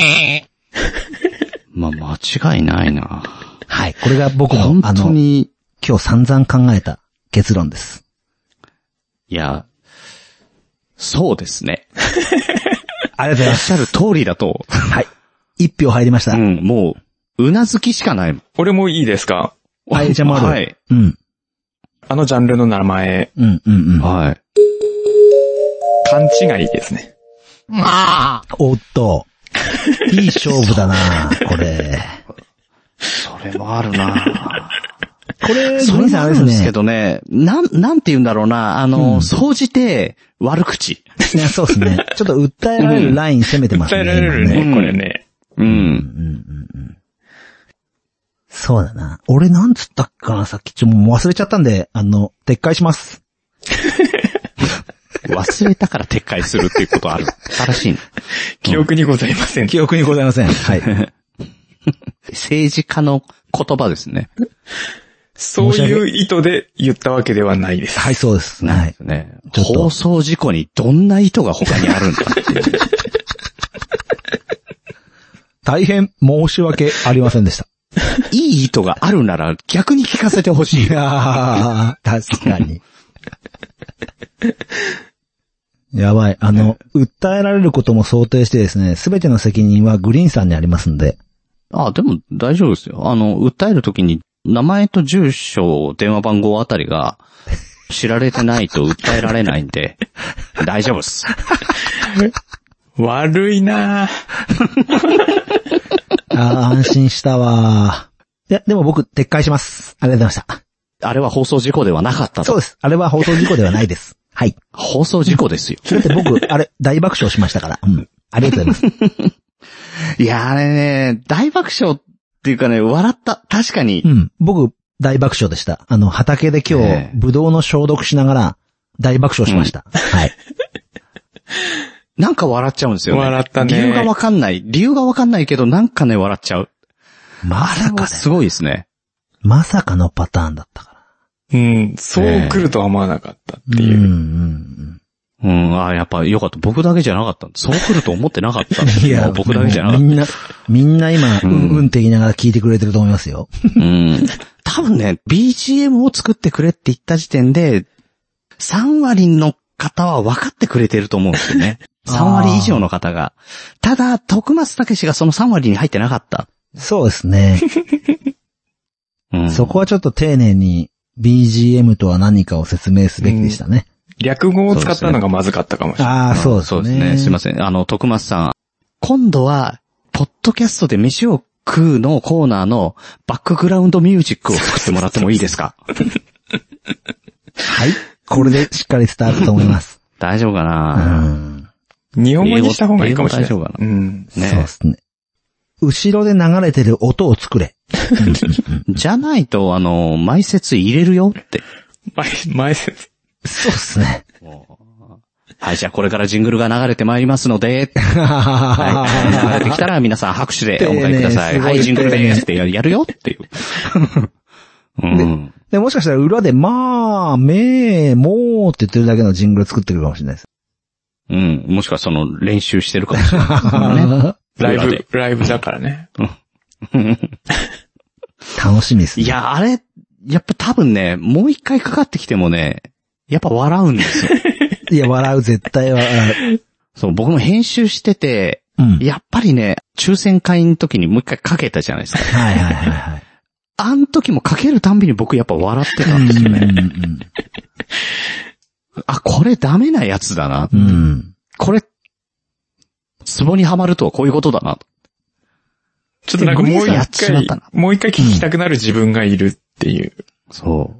間違いないな。 はい。これが僕の、 本当に今日散々考えた結論です。 いや、そうですね。 ありがとうございます。 おっしゃる通りだと。 はい。一票入りました。 もう、うなずきしかない。 俺もいいですか？ はい、じゃあまだ。 はい。 ジャンルの名前。 はい。 勘違いですね。 おっと。いい勝負だな、これ。 それもあるな。 これ、 それもあるんですけどね、なんて言うんだろうな、総じて悪口。 いや、そうですね。ちょっと訴えられるライン攻めてますね。 訴えられるね、これね。 そうだな。俺なんつったっかな、さっきもう忘れちゃったんで、撤回します。 忘れたから撤回するっていうことある。新しいの。 記憶にございません。 記憶にございません。はい。 政治家の言葉ですね。 そういう意図で言ったわけではないです。 はい、そうです。はい。 ね、放送事故にどんな意図が他にあるんだっていう。 大変申し訳ありませんでした。 いい意図があるなら逆に聞かせてほしい。 いやー、確かに。やばい。訴えられることも想定してですね、すべての責任はグリーンさんにありますんで。 でも大丈夫ですよ。訴えるときに名前と住所、電話番号あたりが知られてないと訴えられないんで、大丈夫です。 悪いなぁ。 安心したわ。いや、でも僕、撤回します。ありがとうございました。 あれは放送事故ではなかったと。 そうです。あれは放送事故ではないです。はい。 放送事故ですよ。 だって僕、あれ、大爆笑しましたから。うん。ありがとうございます。 いや、あれね、大爆笑っていうかね、笑った。確かに。 うん。僕、大爆笑でした。畑で今日、ブドウの消毒しながら、大爆笑しました。はい。 なんか笑っちゃうんですよね。 笑ったね。 理由がわかんないけど、なんかね、笑っちゃう。 まさかすごいですね。 まさかのパターンだったから。 うん、そう来るとは思わなかったっていう。 やっぱよかった。僕だけじゃなかった。そう来ると思ってなかった。 いや、 僕だけじゃなかった。 みんな今、って言いながら聞いてくれてると思いますよ。 多分ね、BGM を作ってくれって言った時点で、3割の方は分かってくれてると思うんですよね。3割以上の方が。ただ、徳松武史がその3割に入ってなかった。 そうですね。そこはちょっと丁寧に BGM とは何かを説明すべきでしたね。 略語を使ったのがまずかったかもしれない。 そうですね。 すいません。徳松さん。今度は、ポッドキャストで飯を食うのコーナーのバックグラウンドミュージックを作ってもらってもいいですか？ はい。これでしっかり伝わると思います。 大丈夫かな？ 日本語にした方がいいかもしれない。 大丈夫かな？ ね。そうですね。後ろで流れてる音を作れ。 じゃないと、前説入れるよって。 前説。 そうですね。 はい、じゃあこれからジングルが流れてまいりますので、はい、流れてきたら皆さん拍手でお迎えください。はい、ジングルですってやるよっていう。 で、もしかしたら裏で、もうって言ってるだけのジングル作ってくるかもしれないです。 もしくはその練習してるかもしれないね。 ライブだからね。 楽しみですね。 いや、あれ、やっぱ多分ね、もう一回かかってきてもね、やっぱ笑うんですよ。 いや、笑う、絶対笑う。 そう、僕も編集してて、やっぱりね、抽選会の時にもう一回かけたじゃないですか。 はいはいはいはい。 あの時もかけるたんびに僕やっぱ笑ってたんですよね。あ、これダメなやつだな。これ、ツボにはまるとはこういうことだな。 ちょっとなんかもう一回聞きたくなる自分がいるっていう。 そう。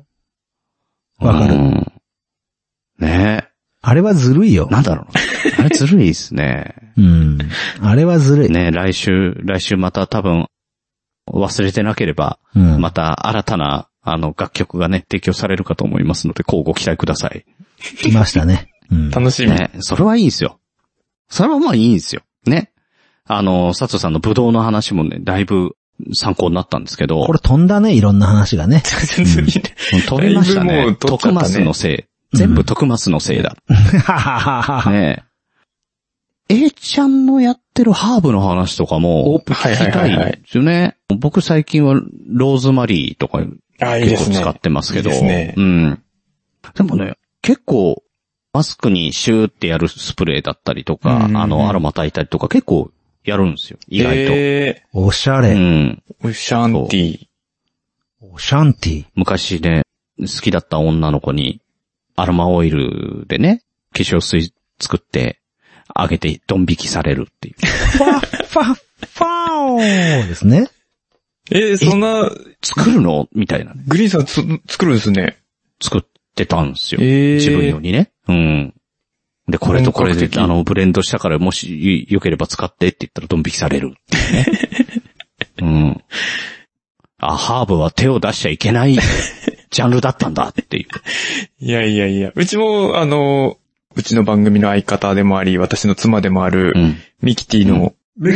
わかる。 ねえ。 あれはずるいよ。 なんだろう。あれずるいですね。 あれはずるい。 ね、来週また多分、忘れてなければ、また新たな、楽曲がね、提供されるかと思いますので、ご期待ください。 来ましたね。 楽しみ。 ね、それはいいんですよ。それはまあいいんですよ。ね。佐藤さんのブドウの話もね、だいぶ参考になったんですけど。 これ飛んだね、いろんな話がね。 飛びましたね。徳松のせい。全部徳松のせいだ。ねえ。ちゃんのやってるハーブの話とかも、聞きたいですよね。僕最近はローズマリーとか結構使ってますけど。でもね、結構、マスクにシューってやるスプレーだったりとか、アロマ炊いたりとか結構やるんですよ。意外と。 おしゃれ。 オシャンティー。 オシャンティー。 昔ね、好きだった女の子に、アロマオイルでね、化粧水作って、あげてドン引きされるっていう。 ファーですね。 そんな、 作るのみたいな。 グリーンさん作るんですね。 作ってたんですよ。自分用にね。で、これとこれで、ブレンドしたからもし良ければ使ってって言ったらドン引きされるっていうね。ハーブは手を出しちゃいけないジャンルだったんだっていう。 いや。うちも、うちの番組の相方でもあり、私の妻でもある、ミキティの、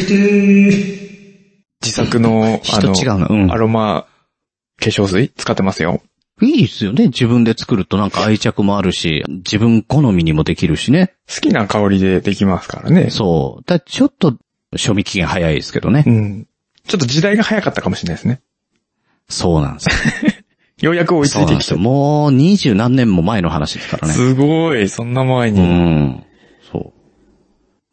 自作の、アロマ化粧水使ってますよ。 いいですよね。自分で作るとなんか愛着もあるし、自分好みにもできるしね。 好きな香りでできますからね。 そう。ちょっと、賞味期限早いですけどね。 ちょっと時代が早かったかもしれないですね。 そうなんですよ。 ようやく追いついてきた。 もう20何年も前の話ですからね。 すごい、そんな前に。 そう。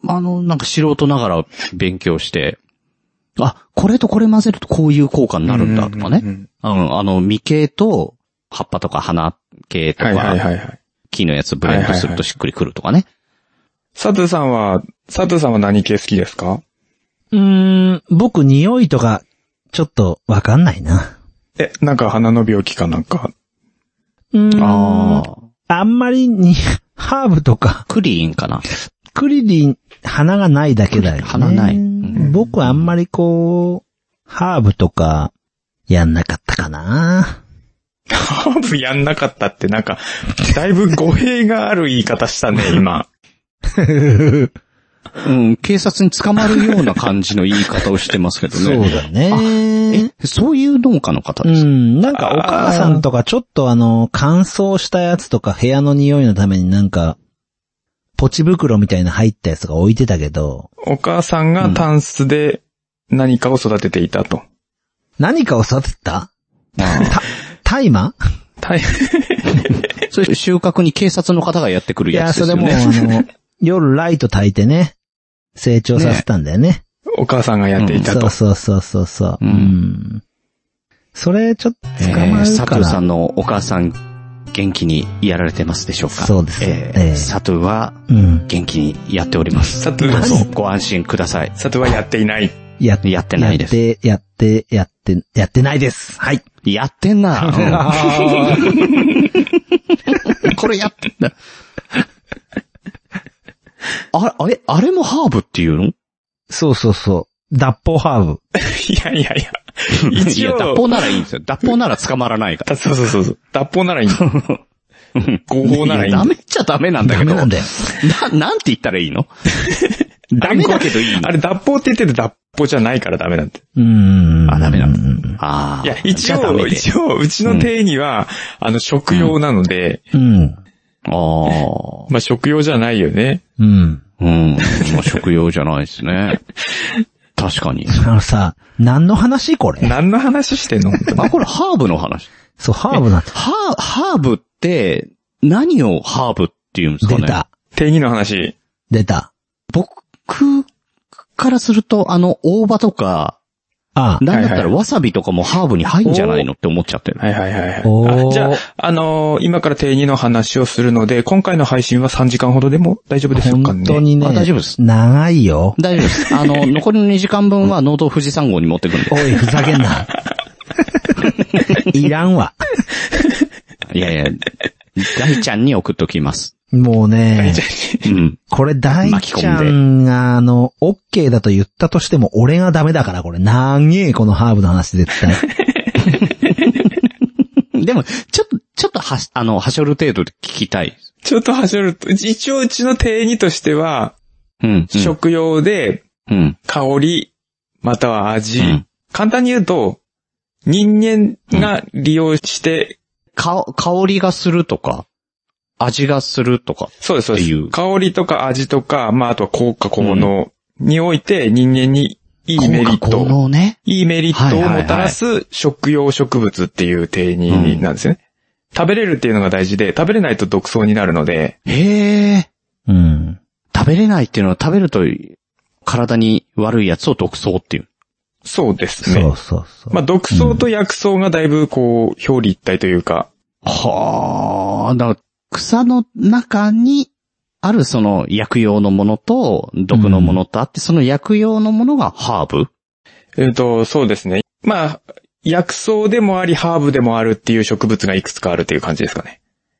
なんか素人ながら勉強して、これとこれ混ぜるとこういう効果になるんだとかね。実系と葉っぱとか花系とか、木のやつブレンドするとしっくりくるとかね。 佐藤さんは何系好きですか？ 僕匂いとか、ちょっとわかんないな。 なんか鼻の病気かなんか。 あんまりに、ハーブとか。 クリーンかな。 クリリン、花がないだけだよね。 花ない。 僕はあんまりハーブとか、やんなかったかな。 ハーブやんなかったってなんか、だいぶ語弊がある言い方したね、今。 警察に捕まるような感じの言い方をしてますけどね。 そうだね。 そういう農家の方ですか？ なんかお母さんとかちょっと乾燥したやつとか部屋の匂いのためになんか、ポチ袋みたいな入ったやつが置いてたけど。 お母さんがタンスで何かを育てていたと。 何かを育てた？大麻？ それ収穫に警察の方がやってくるやつですよね。 いや、それも夜ライト焚いてね、成長させたんだよね。 お母さんがやっていたと。 そう。それちょっと捕まるから。 佐藤さんのお母さん元気にやられてますでしょうか？ そうです。 佐藤は元気にやっております。 佐藤どうぞご安心ください。 佐藤はやっていない。 やってないです。 やってないです。はい。 やってんな。これやってんだ。あれもハーブっていうの？ そう。脱法ハーブ。 いや。一応。 脱法ならいいんですよ。脱法なら捕まらないから。 そう。脱法ならいい。合法ならいい。 ダメっちゃダメなんだけど。 ダメなんだよ。 なんて言ったらいいの？ダメだけどいいの？ あれ脱法って言ってて脱法じゃないからダメなんて。 ダメなんだ。 いや、一応、うちの定義は、食用なので。まあ、食用じゃないよね。 まあ、食用じゃないですね。確かに。 さ、何の話これ？ 何の話してんの？ これハーブの話。 そう、ハーブなんだ。 ハーブって、何をハーブって言うんですかね？ 出た。 定義の話。 出た。 僕からすると、大葉とか、なんだったらわさびとかもハーブに入んじゃないのって思っちゃってる。 はい。じゃあ、今から定義の話をするので、今回の配信は3時間ほどでも大丈夫でしょうかね？ 本当にね。 大丈夫です。 長いよ。 大丈夫です。残りの2時間分は農道富士山号に持ってくるんで。 おい、ふざけんな。いらんわ。 いや、大ちゃんに送っときます。 もうね、これ大ちゃんがオッケーだと言ったとしても俺がダメだからこれ。なんげえこのハーブの話絶対。 でも、ちょっとはしょる程度で聞きたい。 ちょっとはしょると、一応うちの定義としては、食用で、香り、または味。簡単に言うと、人間が利用して、 香りがするとか、味がするとか。 そうです。香りとか味とか、まああとは効果効能において人間にいいメリット。効果効能ね。いいメリットをもたらす食用植物っていう定義なんですよね。食べれるっていうのが大事で、食べれないと毒草になるので。 食べれないっていうのは食べると体に悪いやつを毒草っていう。 そうですね。 そう。 まあ毒草と薬草がだいぶ表裏一体というか。 だから草の中にあるその薬用のものと毒のものとあって、その薬用のものがハーブ？そうですね。まあ、薬草でもありハーブでもあるっていう植物がいくつかあるっていう感じですかね。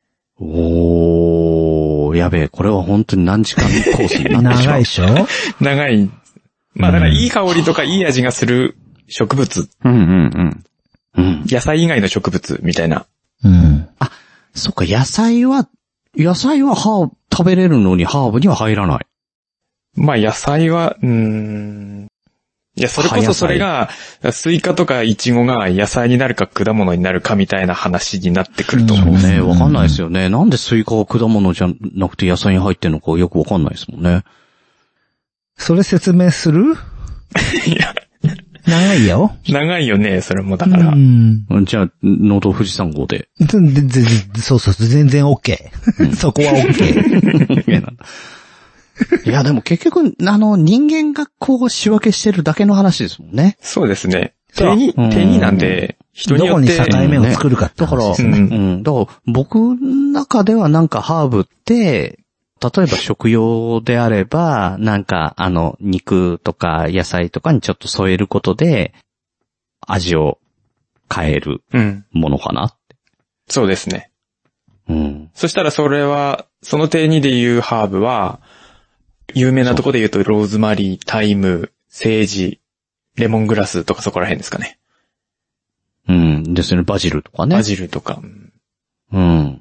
やべえ、これは本当に何時間コースになってしまう。 長いでしょ？ 長い。まあだからいい香りとかいい味がする植物。野菜以外の植物みたいな。 そっか、野菜は食べれるのにハーブには入らない。 まあ野菜は、いや、それこそそれが、スイカとかイチゴが野菜になるか果物になるかみたいな話になってくると思うね。わかんないですよね。なんでスイカは果物じゃなくて野菜に入ってんのかよくわかんないですもんね。それ説明する？ いや。 長いよ。 長いよね、それもだから。 じゃあ、農道富士山号で。 そう、全然 OK。そこは OK。 いや、でも結局、人間がこう仕分けしてるだけの話ですもんね。 そうですね。定義なんで、人によって。 どこに境目を作るかって話ですね。 だから僕の中ではなんかハーブって、 例えば食用であれば、なんか、肉とか野菜とかにちょっと添えることで、味を変えるものかなって。 そうですね。 うん。 そしたらそれは、その定義で言うハーブは、有名なとこで言うとローズマリー、タイム、セージ、レモングラスとかそこら辺ですかね。 うん。ですね。バジルとかね。 バジルとか。 うん。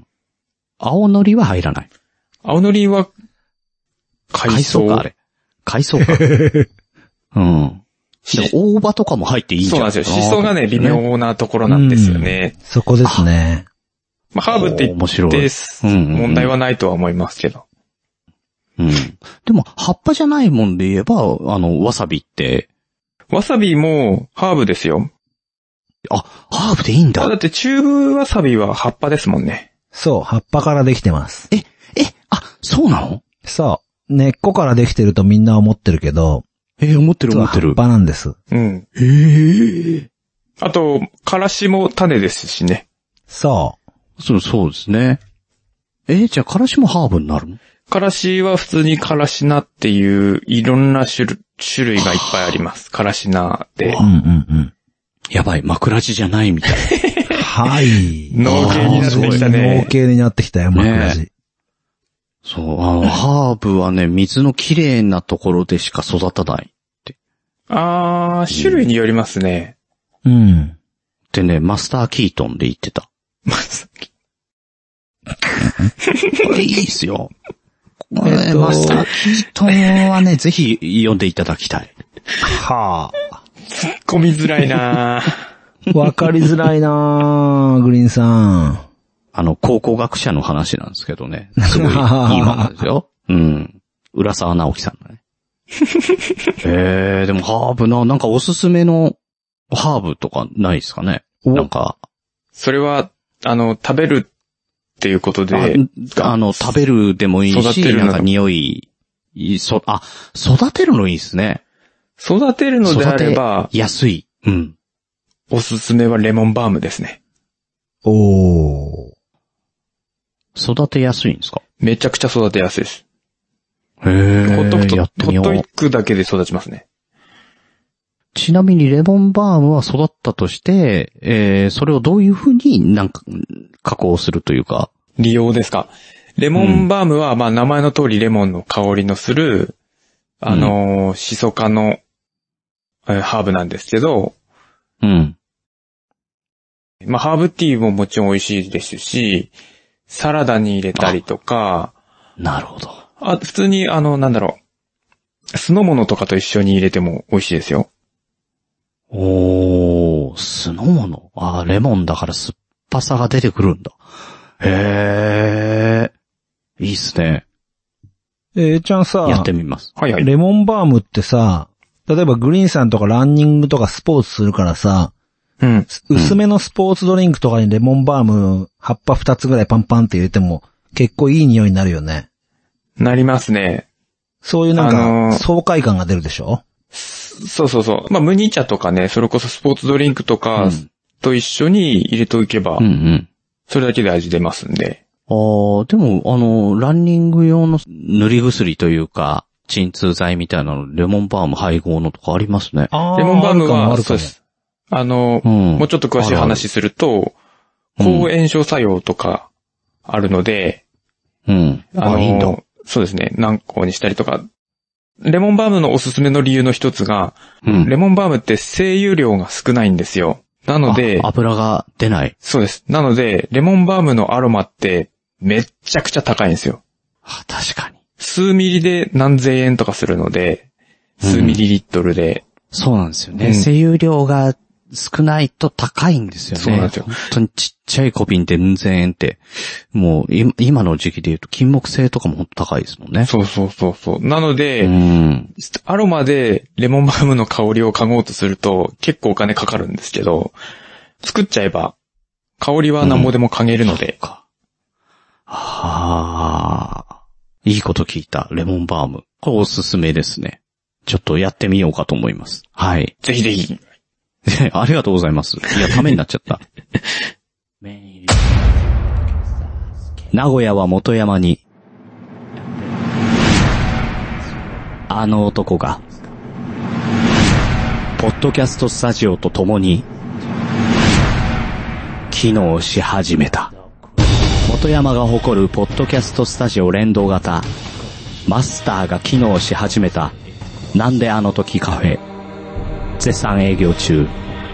青のりは入らない。 青のりは、海藻か、あれ。海藻か。うん。大葉とかも入っていいんじゃないですか。 そうなんですよ。シソがね、微妙なところなんですよね。 そこですね。 まあ、ハーブって言って問題はないとは思いますけど。 うん。でも、葉っぱじゃないもんで言えば、わさびって。 わさびもハーブですよ。 あ、ハーブでいいんだ。 だってチューブわさびは葉っぱですもんね。 そう、葉っぱからできてます。 そうなの？ そう。根っこからできてるとみんな思ってるけど。 思ってる。 葉っぱなんです。 うん。あと、からしも種ですしね。 そう。 そうですね。じゃあからしもハーブになるの？ からしは普通にからし菜っていういろんな種類がいっぱいあります。からし菜で。 やばい、枕地じゃないみたい。 はい。 農系になってきたね。 農系になってきたよ、枕地。 そう、ハーブはね、水のきれいなところでしか育たないって。 種類によりますね。 うん。 でね、マスター・キートンで言ってた。 マスター・キートン。いいっすよ。マスター・キートンはね、ぜひ読んでいただきたい。 はぁ。 突っ込みづらいなぁ。 わかりづらいなぁ、グリーンさん。 考古学者の話なんですけどね。すごいいい漫画ですよ。うん。浦沢直樹さんのね。でもハーブなんかおすすめのハーブとかないですかね？なんか。 それは、食べるっていうことで。 食べるでもいいし、なんか匂い、育てるのいいですね。 育てるのであれば、 安い。うん。 おすすめはレモンバームですね。 育てやすいんですか？ めちゃくちゃ育てやすいです。 ほっとくだけで育ちますね。 ちなみにレモンバームは育ったとして、それをどういうふうになんか加工するというか。 利用ですか？レモンバームは、まあ名前の通りレモンの香りのする、シソ科の、ハーブなんですけど、 うん。 まあハーブティーももちろん美味しいですし、サラダに入れたりとか、 なるほど。 普通に酢の物とかと一緒に入れても美味しいですよ。 酢の物。レモンだから酸っぱさが出てくるんだ。いいっすね。 ちゃんさ、 やってみます。 はいはい。 レモンバームってさ、例えばグリーンさんとかランニングとかスポーツするからさ、 うん。 薄めのスポーツドリンクとかにレモンバーム葉っぱ2つぐらいパンパンって入れても結構いい匂いになるよね。 なりますね。 そういうなんか、爽快感が出るでしょ？ そうそうそう。まあ、麦茶とかね、それこそスポーツドリンクとかと一緒に入れておけば、それだけで味出ますんで。 でも、ランニング用の塗り薬というか、鎮痛剤みたいなの、レモンバーム配合のとかありますね。 レモンバームは、そうです。もうちょっと詳しい話すると、抗炎症作用とかあるので、 いいんだ。 そうですね、軟膏にしたりとか、レモンバームのおすすめの理由の一つが、レモンバームって精油量が少ないんですよ。なので、 油が出ない。 そうです。なので、レモンバームのアロマってめっちゃくちゃ高いんですよ。 確かに。 数ミリで何千円とかするので、数ミリリットルで。 そうなんですよね。精油量が少ないと高いんですよね。 そうなんですよ。 本当にちっちゃい小瓶で何千円って、もう今の時期で言うと金木犀とかも本当高いですもんね。 そう。なので、アロマでレモンバームの香りを嗅ごうとすると結構お金かかるんですけど、作っちゃえば香りは何ぼでも嗅げるので。 いいこと聞いた。レモンバーム。これおすすめですね。ちょっとやってみようかと思います。はい。 ぜひぜひ。 ありがとうございます。いや、ためになっちゃった。名古屋は元山に。 あの男が、ポッドキャストスタジオと共に、機能し始めた。本山が誇るポッドキャストスタジオ連動型、マスターが機能し始めた、なんであの時カフェ、絶賛営業中。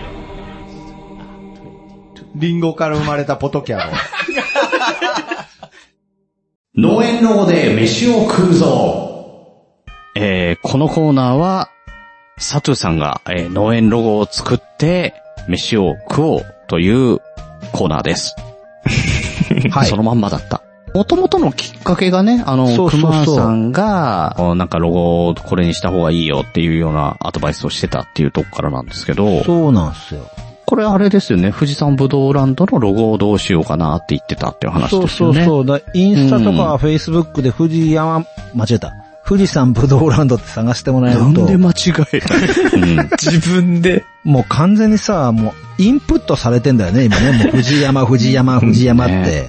リンゴから生まれたポトキャロ。 農園ロゴで飯を食うぞ。このコーナーは、サトゥさんが、農園ロゴを作って飯を食おうというコーナーです。はい。そのまんまだった。元々のきっかけがね、クマさんが、なんかロゴをこれにした方がいいよっていうようなアドバイスをしてたっていうとこからなんですけど。 そうなんですよ。 これあれですよね、富士山ぶどうランドのロゴをどうしようかなって言ってたっていう話ですよね。 そう。インスタとかフェイスブックで富士山ぶどうランドって探してもらえると。 なんで間違えた、 自分で。 もう完全にさ、もうインプットされてんだよね、今ね。もう富士山って。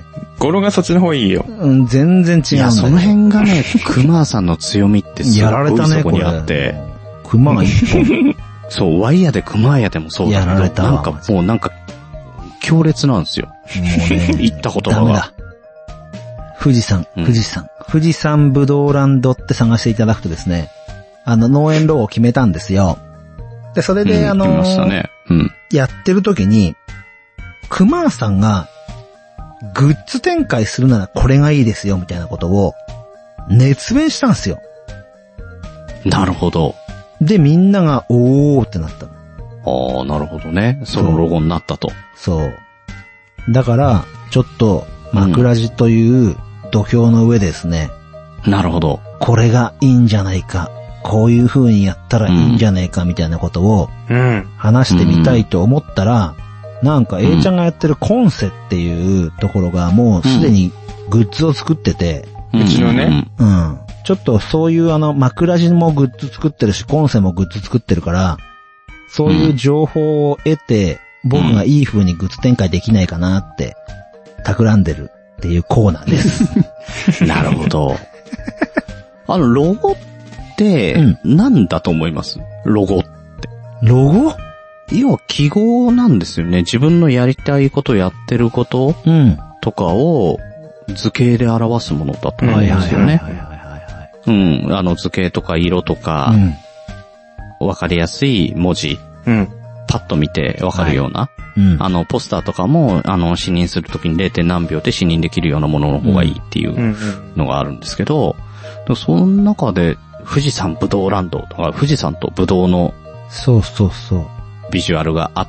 語呂がそっちの方いいよ。 全然違うんだよ。いや、 その辺がね、熊さんの強みってすごいそこにあって。 熊が一本。 そう、ワイヤで熊屋でもそうだけど、 やられたわなんか、強烈なんですよ。もうね、言った言葉が。ダメだ。 富士山ぶどうランドって探していただくとですね、農園ロゴを決めたんですよ。で、それで決めましたね。 やってる時に、熊さんが、グッズ展開するならこれがいいですよ、みたいなことを、熱弁したんですよ。 なるほど。 で、みんなが、おーってなったの。ああ、なるほどね。そのロゴになったと。 そう。だから、ちょっと、枕地という土俵の上ですね。 なるほど。 これがいいんじゃないか。こういう風にやったらいいんじゃないか、みたいなことを、話してみたいと思ったら、なんか A ちゃんがやってるコンセっていうところがもうすでにグッズを作ってて、 うちのね。 ちょっとそういう枕地もグッズ作ってるし、コンセもグッズ作ってるから、そういう情報を得て、僕がいい風にグッズ展開できないかなって、企んでるっていうコーナーです。 なるほど。ロゴって、何だと思います？ロゴって。 ロゴ？ 要は記号なんですよね。自分のやりたいことやってることとかを図形で表すものだと思うんですよね。図形とか色とか、わかりやすい文字、パッと見てわかるような、ポスターとかも、視認するときに 0. 何秒で視認できるようなものの方がいいっていうのがあるんですけど、その中で富士山ぶどうランドとか、富士山とぶどうのビジュアルがあって、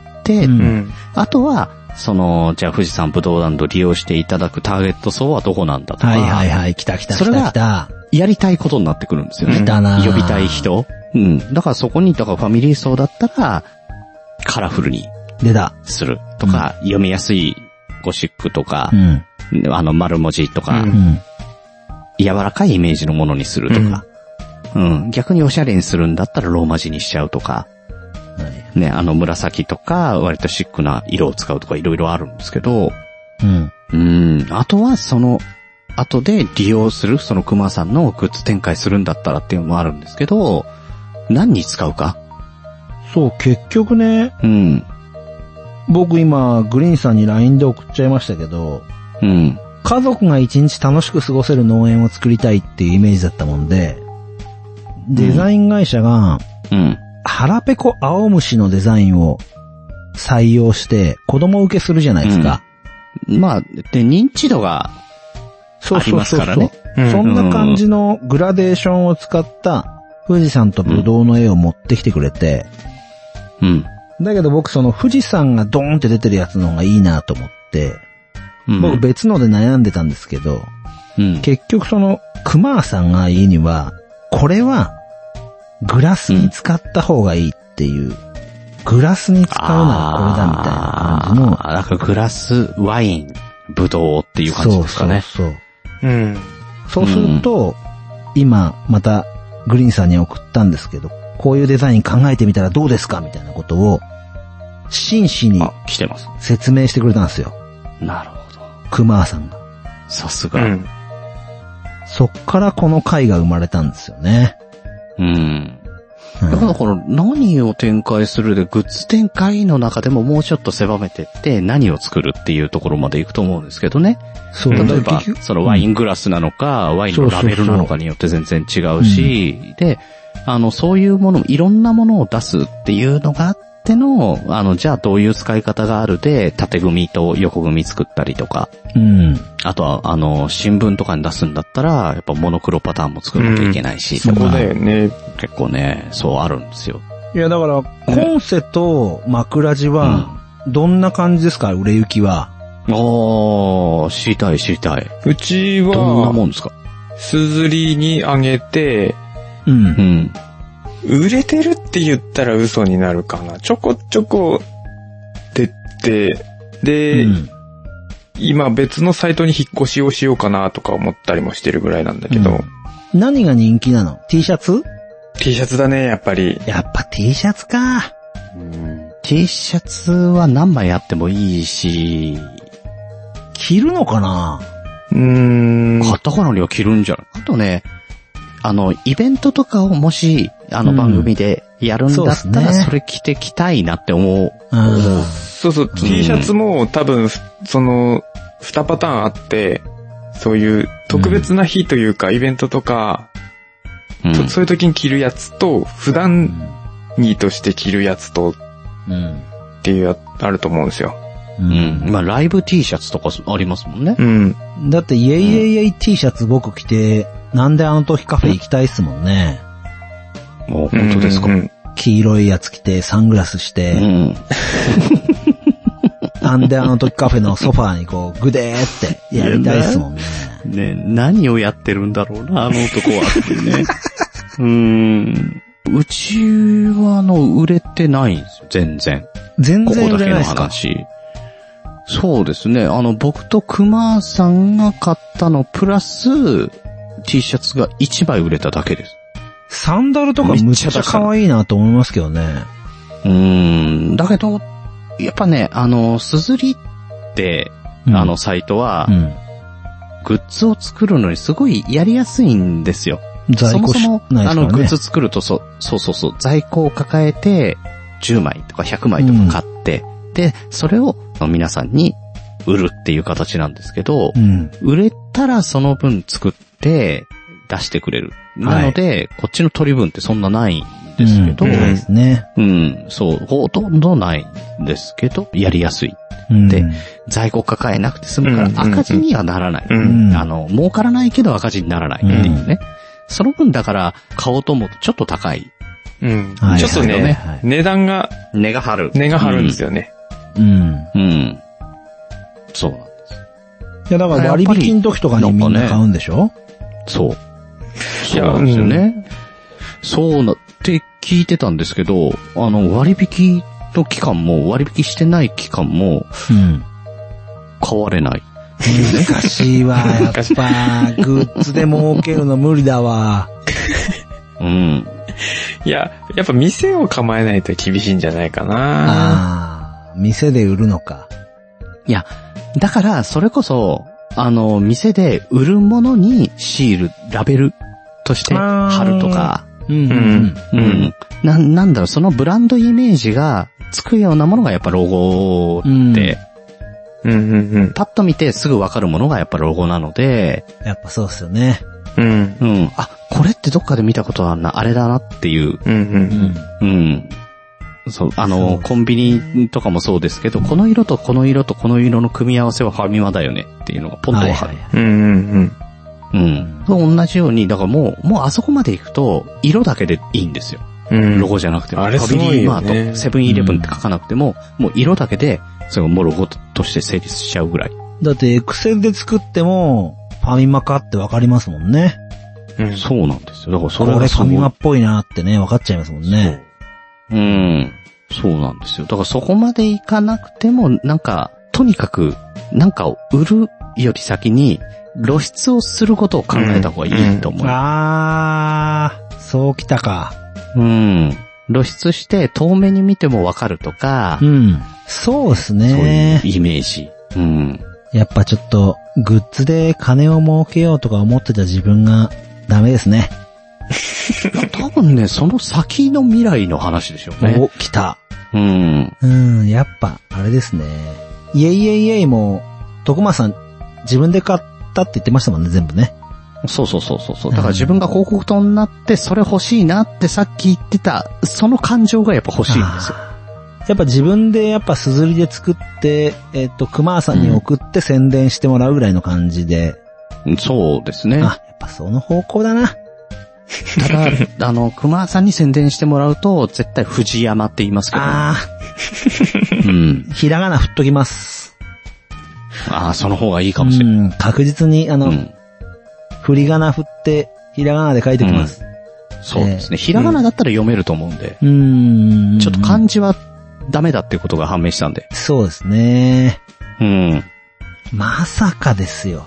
あとは、じゃあ富士山ぶどうランド利用していただくターゲット層はどこなんだとか。 来た。 それが、やりたいことになってくるんですよね。呼びたい人。だからそこに、ファミリー層だったら、カラフルにするとか、読みやすいゴシックとか、丸文字とか、柔らかいイメージのものにするとか、逆におしゃれにするんだったらローマ字にしちゃうとか、ね、紫とか、割とシックな色を使うとかいろいろあるんですけど、あとは後で利用する、熊さんのグッズ展開するんだったらっていうのもあるんですけど、何に使うか？ そう、結局ね、僕今、グリーンさんに LINE で送っちゃいましたけど、家族が一日楽しく過ごせる農園を作りたいっていうイメージだったもんで、デザイン会社が、腹ペコ青虫のデザインを採用して子供受けするじゃないですか。 で、認知度がありますからね。 そんな感じのグラデーションを使った富士山とぶどうの絵を持ってきてくれて、だけど僕富士山がドーンって出てるやつの方がいいなと思って、僕別ので悩んでたんですけど、結局熊さんが言うには、これはグラスに使った方がいいっていう、グラスに使うならこれだみたいな感じの。 だからグラス、ワイン、ブドウっていう感じですかね。 そうすると、今またグリーンさんに送ったんですけど、こういうデザイン考えてみたらどうですかみたいなことを真摯に説明してくれたんですよ。 なるほど。 熊さんが。 さすが。 そっからこの回が生まれたんですよね。 だからこの何を展開するでグッズ展開の中でももうちょっと狭めてって何を作るっていうところまで行くと思うんですけどね。 そう例えば、そのワイングラスなのか、ワインのラベルなのかによって全然違うし、で、そういうもの、いろんなものを出すっていうのがあっての、じゃあどういう使い方があるで、縦組と横組作ったりとか、あとは、新聞とかに出すんだったら、やっぱモノクロパターンも作らなきゃいけないし、 そこだよね。 結構ね、そうあるんですよ。 いや、だから、コンセと枕地は、どんな感じですか、売れ行きは。 知りたい。 うちは、 どんなもんですか？ すずりにあげて、売れてるって言ったら嘘になるかな。ちょこちょこ出て、で、今別のサイトに引っ越しをしようかなとか思ったりもしてるぐらいなんだけど。 何が人気なの？ T シャツ？ T シャツだね、やっぱり。 やっぱ T シャツか。 T シャツは何枚あってもいいし、 着るのかな？ 買ったからには着るんじゃない？あとね、イベントとかをもし、番組でやるんだったら、それ着てきたいなって思う。 そう、T シャツも多分、2パターンあって、そういう特別な日というか、イベントとか、そういう時に着るやつと、普段にとして着るやつと、っていうあると思うんですよ。 まあ、ライブ T シャツとかありますもんね。 だって、イェイイェイイェイ T シャツ僕着て、なんであの時カフェ行きたいっすもんね。 本当ですか。 黄色いやつ着て、サングラスして、なんであの時カフェのソファーにこう、グデーってやりたいっすもんね。 ね、何をやってるんだろうな、あの男はってね。うちは売れてないんですよ、全然。 全然売れないですか？ ここだけの話。そうですね、僕と熊さんが買ったのプラス、T シャツが1枚売れただけです。 サンダルとかむちゃくちゃ可愛いなと思いますけどね。 だけど、やっぱね、すずりって、サイトは、グッズを作るのにすごいやりやすいんですよ。 在庫ないですからね。 グッズ作るとそう、在庫を抱えて、10枚とか100枚とか買って、で、それを皆さんに売るっていう形なんですけど、売れたらその分作って出してくれる。なので、こっちの取り分ってそんなないんですけど、 ないですね。 そう、ほとんどないんですけど、やりやすい。で、在庫抱えなくて済むから赤字にはならない。儲からないけど赤字にならないっていうね。その分だから買おうと思うとちょっと高い。 ちょっとね、値段が、 値が張るんですよね。 そうなんです。 いや、だから割引の時とかにみんな買うんでしょ？ そう。そうなんですよね。そうなって聞いてたんですけど、割引の期間も、割引してない期間も、買われない。 難しいわ、やっぱ、グッズで儲けるの無理だわ。 いや、やっぱ店を構えないと厳しいんじゃないかな。 店で売るのか。 いや、だから、それこそ、店で売るものにシール、ラベルとして貼るとか、なんだろう、そのブランドイメージがつくようなものがやっぱロゴって、パッと見てすぐわかるものがやっぱロゴなので、 やっぱそうですよね。 あ、これってどっかで見たことあるな、あれだなっていう。そう、コンビニとかもそうですけど、この色とこの色とこの色の組み合わせはファミマだよねっていうのがポンとわかる。同じように、だからもうあそこまで行くと、色だけでいいんですよ。ロゴじゃなくても。 あれすごいよね。 ファビリーマート、セブンイレブンって書かなくても、もう色だけで、それがもうロゴとして成立しちゃうぐらい。 だって、エクセルで作っても、ファミマかってわかりますもんね。 そうなんですよ。だからそれこれファミマっぽいなってね、わかっちゃいますもんね。 そうなんですよ。だからそこまでいかなくても、なんか、とにかく、なんかを売るより先に、露出をすることを考えた方がいいと思う。 そうきたか。 露出して遠目に見てもわかるとか、 そうですね。 そういうイメージ。 やっぱちょっと、グッズで金を儲けようとか思ってた自分がダメですね。 多分ね、その先の未来の話でしょうね。 お、来た。やっぱ、あれですね。イエイエイエイも、徳間さん、自分で買ったって言ってましたもんね、全部ね。 そう。だから自分が広告塔になって、それ欲しいなってさっき言ってた、その感情がやっぱ欲しいんですよ。 やっぱ自分でやっぱすずりで作って、熊さんに送って宣伝してもらうぐらいの感じで。 そうですね。 あ、やっぱその方向だな。 ただ、熊さんに宣伝してもらうと、絶対藤山って言いますけど。 ひらがな振っときます。 その方がいいかもしれない。 確実に、振り仮名振って、ひらがなで書いてきます。 そうですね。ひらがなだったら読めると思うんで。ちょっと漢字はダメだっていうことが判明したんで。 そうですね。まさかですよ。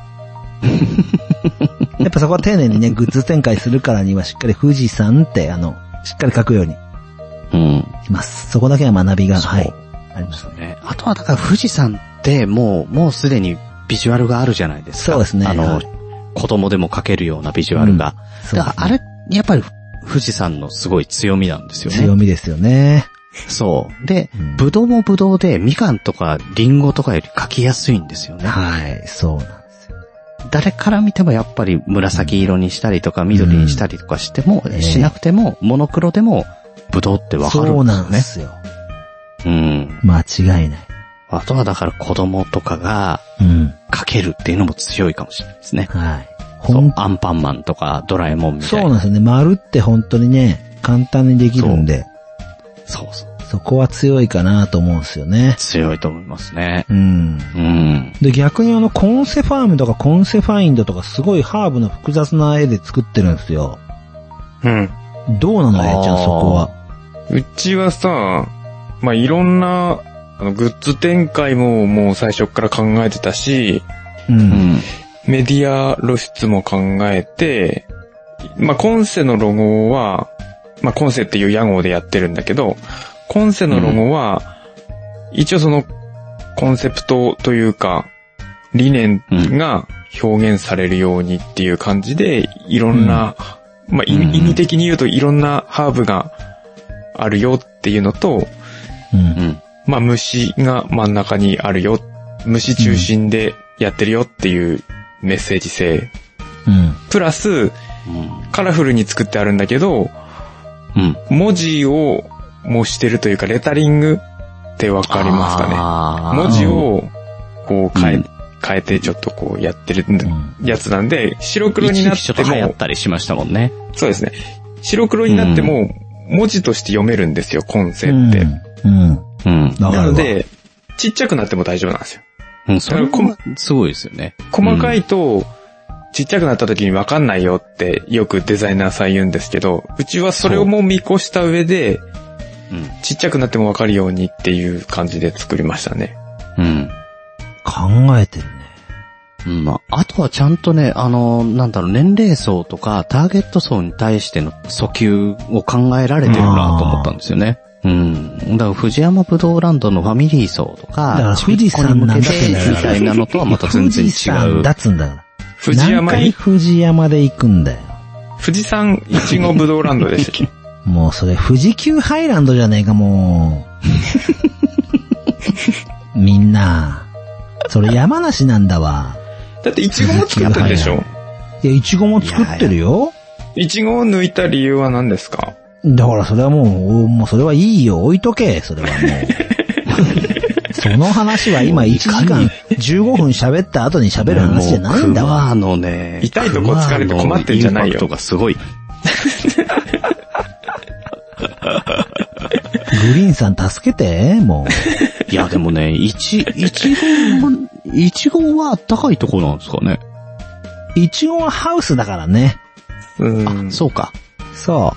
やっぱそこは丁寧にね、グッズ展開するからにはしっかり富士山って、しっかり書くように。します。そこだけは学びが、はい。ありますね。 あとはだから富士山ってもうすでにビジュアルがあるじゃないですか。 そうですね。 子供でも描けるようなビジュアルが。だからあれ、やっぱり富士山のすごい強みなんですよね。 強みですよね。 そう。で、ぶどうもぶどうで、みかんとかリンゴとかより描きやすいんですよね。 はい、そうなんですよ。 誰から見てもやっぱり紫色にしたりとか緑にしたりとかしても、しなくても、モノクロでも、ぶどうってわかるんですよね。 そうなんですよ。間違いない。 あとはだから子供とかが、描けるっていうのも強いかもしれないですね。 はい。 アンパンマンとかドラえもんみたいな。 そうなんですよね。丸って本当にね、簡単にできるんで。 そう。 そこは強いかなと思うんですよね。 強いと思いますね。 で、逆にコンセファームとかコンセファインドとかすごいハーブの複雑な絵で作ってるんですよ。どうなの、ちゃん、そこは。 うちはさ、いろんな、グッズ展開ももう最初から考えてたし、メディア露出も考えて、コンセのロゴは、コンセっていう屋号でやってるんだけど、コンセのロゴは、一応そのコンセプトというか、理念が表現されるようにっていう感じで、いろんな、意味的に言うといろんなハーブがあるよっていうのと、虫が真ん中にあるよ、虫中心でやってるよっていうメッセージ性。プラス、カラフルに作ってあるんだけど、文字を模してるというか、レタリングってわかりますかね。文字をこう変えてちょっとこうやってるやつなんで、白黒になっても。 ちょっと流行ったりしましたもんね。 そうですね。白黒になっても、文字として読めるんですよ、コンセって。なので、ちっちゃくなっても大丈夫なんですよ。 それはすごいですよね。 細かいと、ちっちゃくなった時に分かんないよってよくデザイナーさん言うんですけど、うちはそれをもう見越した上で、ちっちゃくなっても分かるようにっていう感じで作りましたね。 考えてるね。 あとはちゃんとね、年齢層とかターゲット層に対しての訴求を考えられてるなと思ったんですよね。だから藤山ぶどうランドのファミリー層とか、 だから富士山なんだってみたいなのとはまた全然違う。 富士山だっつんだから。 富士山何回富士山で行くんだよ。 富士山いちごぶどうランドでしたっけ？ もうそれ富士急ハイランドじゃねえかもう。みんな。それ山梨なんだわ。 だっていちごも作ってるでしょ？ いや、いちごも作ってるよ。 いちごを抜いた理由は何ですか？ だからそれはもうそれはいいよ。置いとけ。それはもう。その話は今1時間15分喋った後に喋る話じゃないんだわ。 痛いとこ疲れて困ってんじゃないよ。 インパクトがすごい。 グリーンさん助けて、もう。いやでもね、いちごは高いとこなんですかね。 いちごはハウスだからね。 そうか。 そう。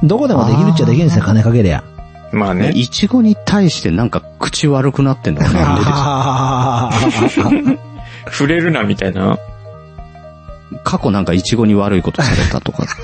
どこでもできるっちゃできるんですよ、金かけりゃ。 まあね。 いちごに対してなんか口悪くなってんのはなんでですか？ 触れるなみたいな。 過去なんかいちごに悪いことされたとか。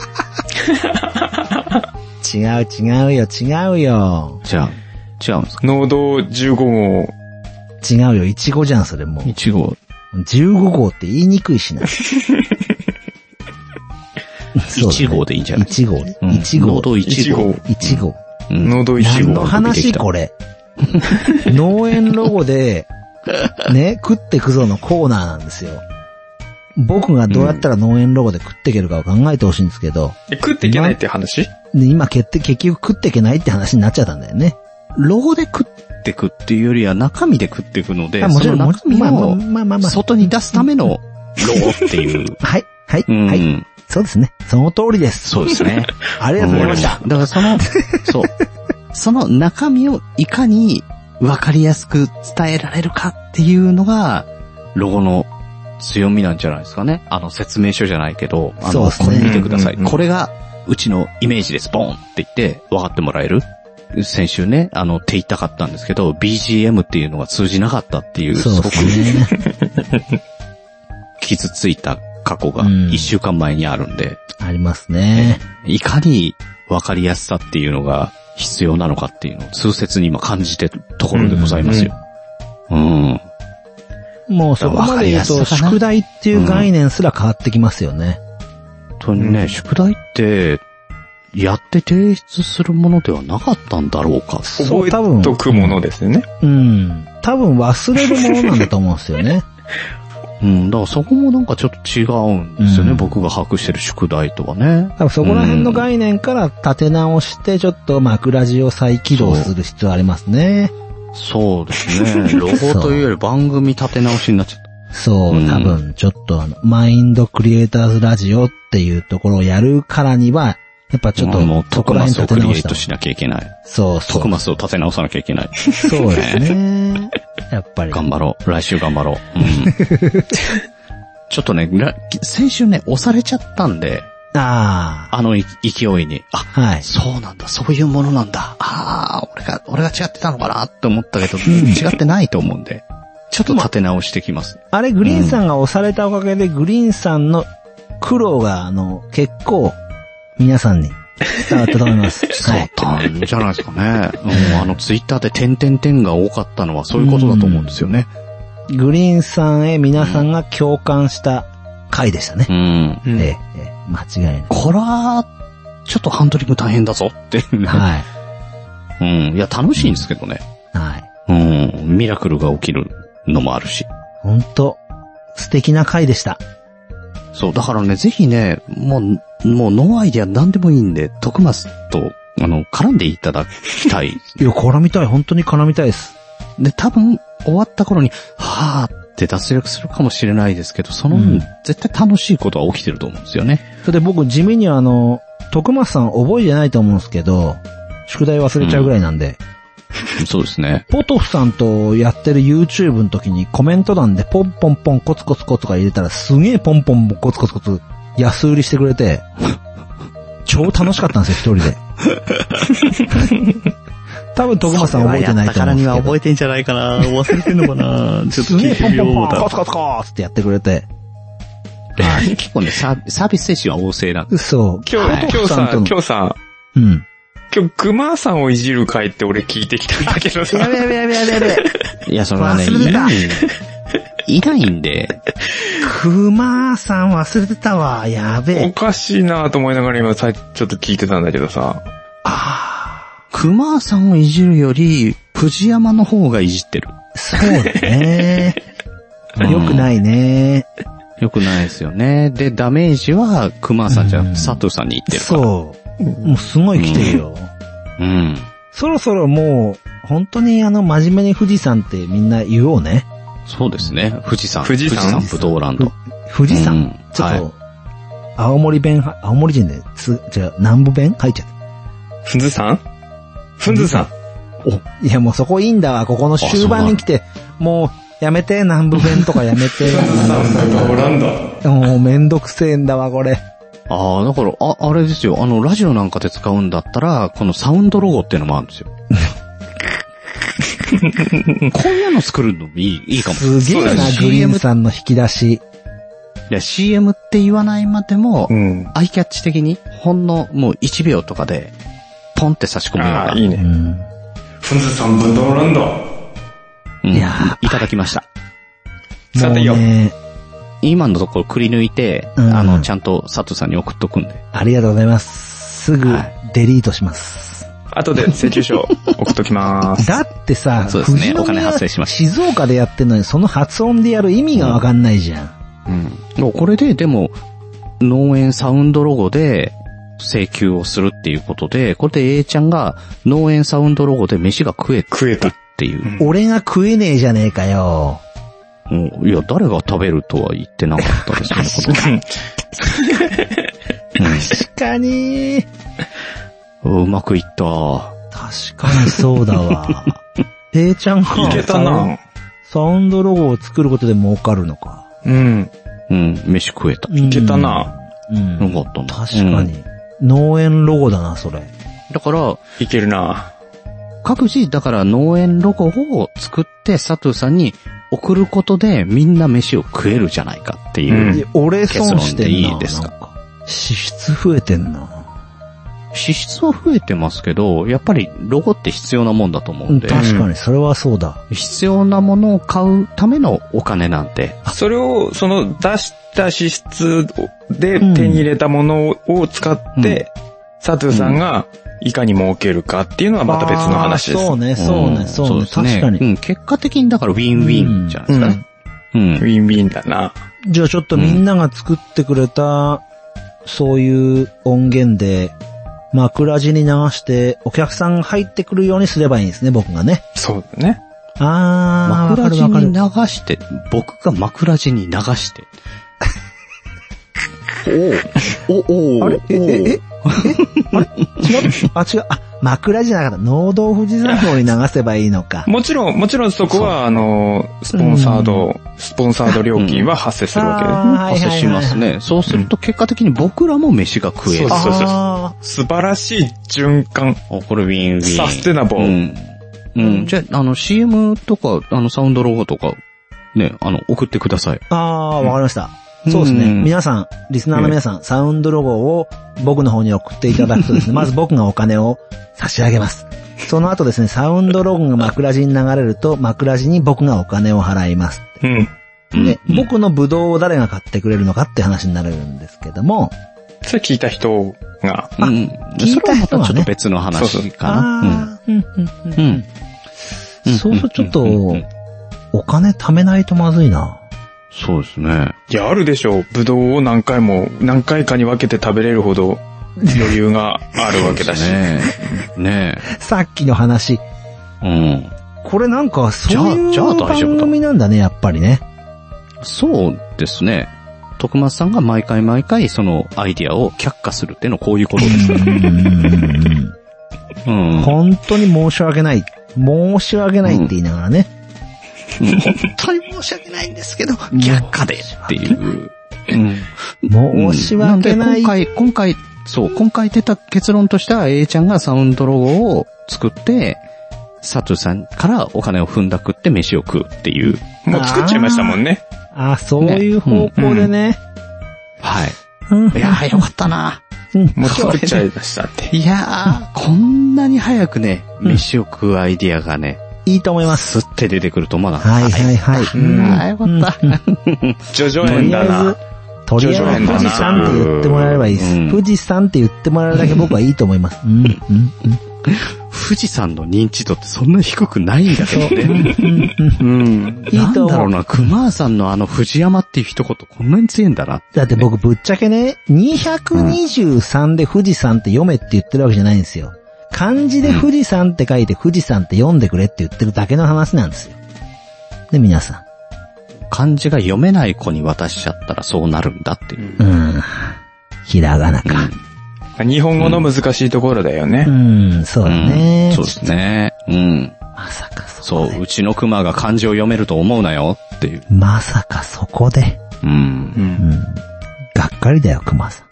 違うよ。 じゃあ、違うんですか？ 農道15号。 違うよ、いちごじゃん、それもう。 いちご。 15号って言いにくいしな。 1号でいいんじゃない 1号。1号。 ノード1号。 1号。 ノード1号。 何の話これ。農園ロゴで、ね、食ってくぞのコーナーなんですよ。僕がどうやったら農園ロゴで食っていけるかを考えてほしいんですけど。 食っていけないって話？ で今結局食っていけないって話になっちゃったんだよね。 ロゴで食ってくっていうよりは中身で食っていくので、 もちろん、 その中身をまあ外に出すためのロゴっていう。 はい、はい、 うん、 はい。そうですね。その通りです。 そうですね。 ありがとうございました。 だからその中身をいかにわかりやすく伝えられるかっていうのが、ロゴの強みなんじゃないですかね。説明書じゃないけど、 そうですね。 これ見てください。 うんうん、 これが、うちのイメージです。ボーンって言って、分かってもらえる。先週ね、って言いたかったんですけど、BGM っていうのが通じなかったっていう、 そうですね。 傷ついた過去が1週間前にあるんで。 ありますね。 いかに分かりやすさっていうのが必要なのかっていうのを痛切に今感じてるところでございますよ。 もうそこまで言うと、宿題っていう概念すら変わってきますよね。 本当にね、宿題って、やって提出するものではなかったんだろうか。 覚えとくものですよね。 多分忘れるものなんだと思うんですよね。 だからそこもなんかちょっと違うんですよね。僕が把握してる宿題とはね。 多分そこら辺の概念から立て直して、ちょっと枕地を再起動する必要ありますね。 そうですね。ロゴというより番組立て直しになっちゃった。 そう、多分ちょっとマインドクリエイターズラジオっていうところをやるからには、やっぱちょっと、 もうトクマスをクリエイトしなきゃいけない。 そうそう。 トクマスを立て直さなきゃいけない。 そうですね。やっぱり。 頑張ろう。来週頑張ろう。ちょっとね、先週ね、押されちゃったんで、勢いに。 はい。 そうなんだ、そういうものなんだ。俺が違ってたのかなって思ったけど、違ってないと思うんで、ちょっと立て直してきます。 あれ、グリーンさんが押されたおかげで、グリーンさんの苦労が、結構、皆さんに伝わったと思います。 そうだったんじゃないですかね。ツイッターで点々点が多かったのはそういうことだと思うんですよね。 グリーンさんへ皆さんが共感した回でしたね。間違いない。 これは、ちょっとハンドリング大変だぞっていうね。 はい。 いや、楽しいんですけどね。 はい。 ミラクルが起きるのもあるし。 ほんと、素敵な回でした。 そう、だからね、ぜひね、もうノーアイディア何でもいいんで、徳松と、絡んでいただきたい。 いや、絡みたい。本当に絡みたいです。 で、多分、終わった頃に、はーって脱力するかもしれないですけど、絶対楽しいことは起きてると思うんですよね。 それで僕、地味に徳松さん覚えてないと思うんですけど、宿題忘れちゃうぐらいなんで。 そうですね。 ポトフさんとやってる YouTube の時にコメント欄でポンポンポンコツコツコツとか入れたらすげえポンポンコツコツコツ安売りしてくれて、超楽しかったんですよ、一人で。多分徳間さん覚えてないと思うんですけど。やったからには覚えてんじゃないかな。忘れてんのかな。ちょっと聞いてみよう。 ポンポンポンコツコツコツってやってくれて。 結構ね、サービス精神は旺盛なんです。 そう。 今日さ、今日、熊さんをいじる回って俺聞いてきたんだけどさ。 やべ。 いや、それはね、いないんで。 熊さん忘れてたわ。やべえ。 おかしいなと思いながら今ちょっと聞いてたんだけどさ。 熊さんをいじるより、藤山の方がいじってる。 そうだね。よくないね。 よくないですよね。で、ダメージは熊さんじゃ佐藤さんに言ってるから。 そう。もうすごい来てるよ。そろそろもう、本当に真面目に富士山ってみんな言おうね。 そうですね。富士山ブドウランド。 富士山、ちょっと、青森人で、南部弁入っちゃった。 富士山。 いやもうそこいいんだわ。ここの終盤に来て、もうやめて、南部弁とかやめて。もうめんどくせえんだわ、これ。 だから、あれですよ。ラジオなんかで使うんだったら、このサウンドロゴっていうのもあるんですよ。こういうの作るのいいかも。 すげえな、グリーンさんの引き出し。 いや、CM って言わないまでも、アイキャッチ的に、ほんのもう1秒とかで、ポンって差し込むような。 いいね。富士山ブドウランド。 いやいただきました。 さてよ。 今のところくり抜いて、ちゃんと佐藤さんに送っとくんで。 ありがとうございます。すぐデリートします。 後で請求書送っときます。 だってさ、 そうですね、お金発生しました。 静岡でやってんのにその発音でやる意味がわかんないじゃん。 これで、でも、農園サウンドロゴで請求をするっていうことで、これで A ちゃんが農園サウンドロゴで飯が食えたっていう。 俺が食えねえじゃねえかよ。 いや、誰が食べるとは言ってなかったですよね、 確かに。 うまくいった。 確かにそうだわ。A ちゃんがいけたな。 サウンドロゴを作ることで儲かるのか。 飯食えた。 いけたな。 よかったな。 確かに。農園ロゴだな、それ。 だから、 いけるな。 各自、だから農園ロゴを作って佐藤さんに送ることでみんな飯を食えるじゃないかっていう。 俺損してんな。 いいですか。 支出増えてんな。 支出は増えてますけど、やっぱりロゴって必要なもんだと思うんで。 確かに、それはそうだ。 必要なものを買うためのお金なんで。 それを、その出した支出で手に入れたものを使って、佐藤さんがいかに儲けるかっていうのはまた別の話です。 そうね。確かに。 結果的にだからウィンウィンじゃないですかね。 ウィンウィンだな。 じゃあちょっとみんなが作ってくれた、そういう音源で、枕地に流してお客さんが入ってくるようにすればいいんですね、僕がね。 そうだね。 枕地に流して、僕が枕地に流して。 あれ違う枕地じゃなかった。農道富士山号に流せばいいのか。 もちろんそこは、スポンサード料金は発生するわけで。 発生しますね。そうすると結果的に僕らも飯が食える。 そう。素晴らしい循環。 これウィンウィン。 サステナブル。 じゃあ、CM とか、サウンドロゴとか、ね、送ってください。 わかりました。そうですね。皆さん、リスナーの皆さん、サウンドロゴを僕の方に送っていただくとですね、まず僕がお金を差し上げます。その後ですね、サウンドロゴが枕地に流れると、枕地に僕がお金を払います。で、僕のブドウを誰が買ってくれるのかって話になるんですけども、 それ聞いた人が、 聞いた人はね、 ちょっと別の話かな。 そうするとちょっと、お金貯めないとまずいな。 そうですね。 いや、あるでしょう。ブドウを何回かに分けて食べれるほど余裕があるわけだし。 ねさっきの話。これなんか、そういう番組なんだね、やっぱりね。 そうですね。徳松さんが毎回そのアイディアを却下するっていうのはこういうことですね。 本当に申し訳ない。申し訳ないって言いながらね。 本当に申し訳ないんですけど、却下でっていう。 申し訳ない。 今回出た結論としては A ちゃんがサウンドロゴを作って、佐藤さんからお金を踏んだくって飯を食うっていう。 もう作っちゃいましたもんね。 そういう方向でね。 はい。いやー、よかったな。 もう作っちゃいましたって。 いやー、こんなに早くね、飯を食うアイディアがね、 いいと思います。 すって出てくると思わなかった。はい。 よかった。 ジョジョ園だな。 とりあえず、富士山って言ってもらえればいいです。富士山って言ってもらえるだけ僕はいいと思います。 富士山の認知度ってそんな低くないんだけどね。 いいと思う。 なんだろうな、熊さんの富士山っていう一言こんなに強いんだな。 だって僕ぶっちゃけね、223で富士山って読めって言ってるわけじゃないんですよ。漢字で富士山って書いて富士山って読んでくれって言ってるだけの話なんですよ。で、皆さん。 漢字が読めない子に渡しちゃったらそうなるんだっていう。 ひらがなか。 日本語の難しいところだよね。 そうだね。 そうですね。 まさかそう、うちの熊が漢字を読めると思うなよっていう。 まさかそこで。がっかりだよ、熊さん。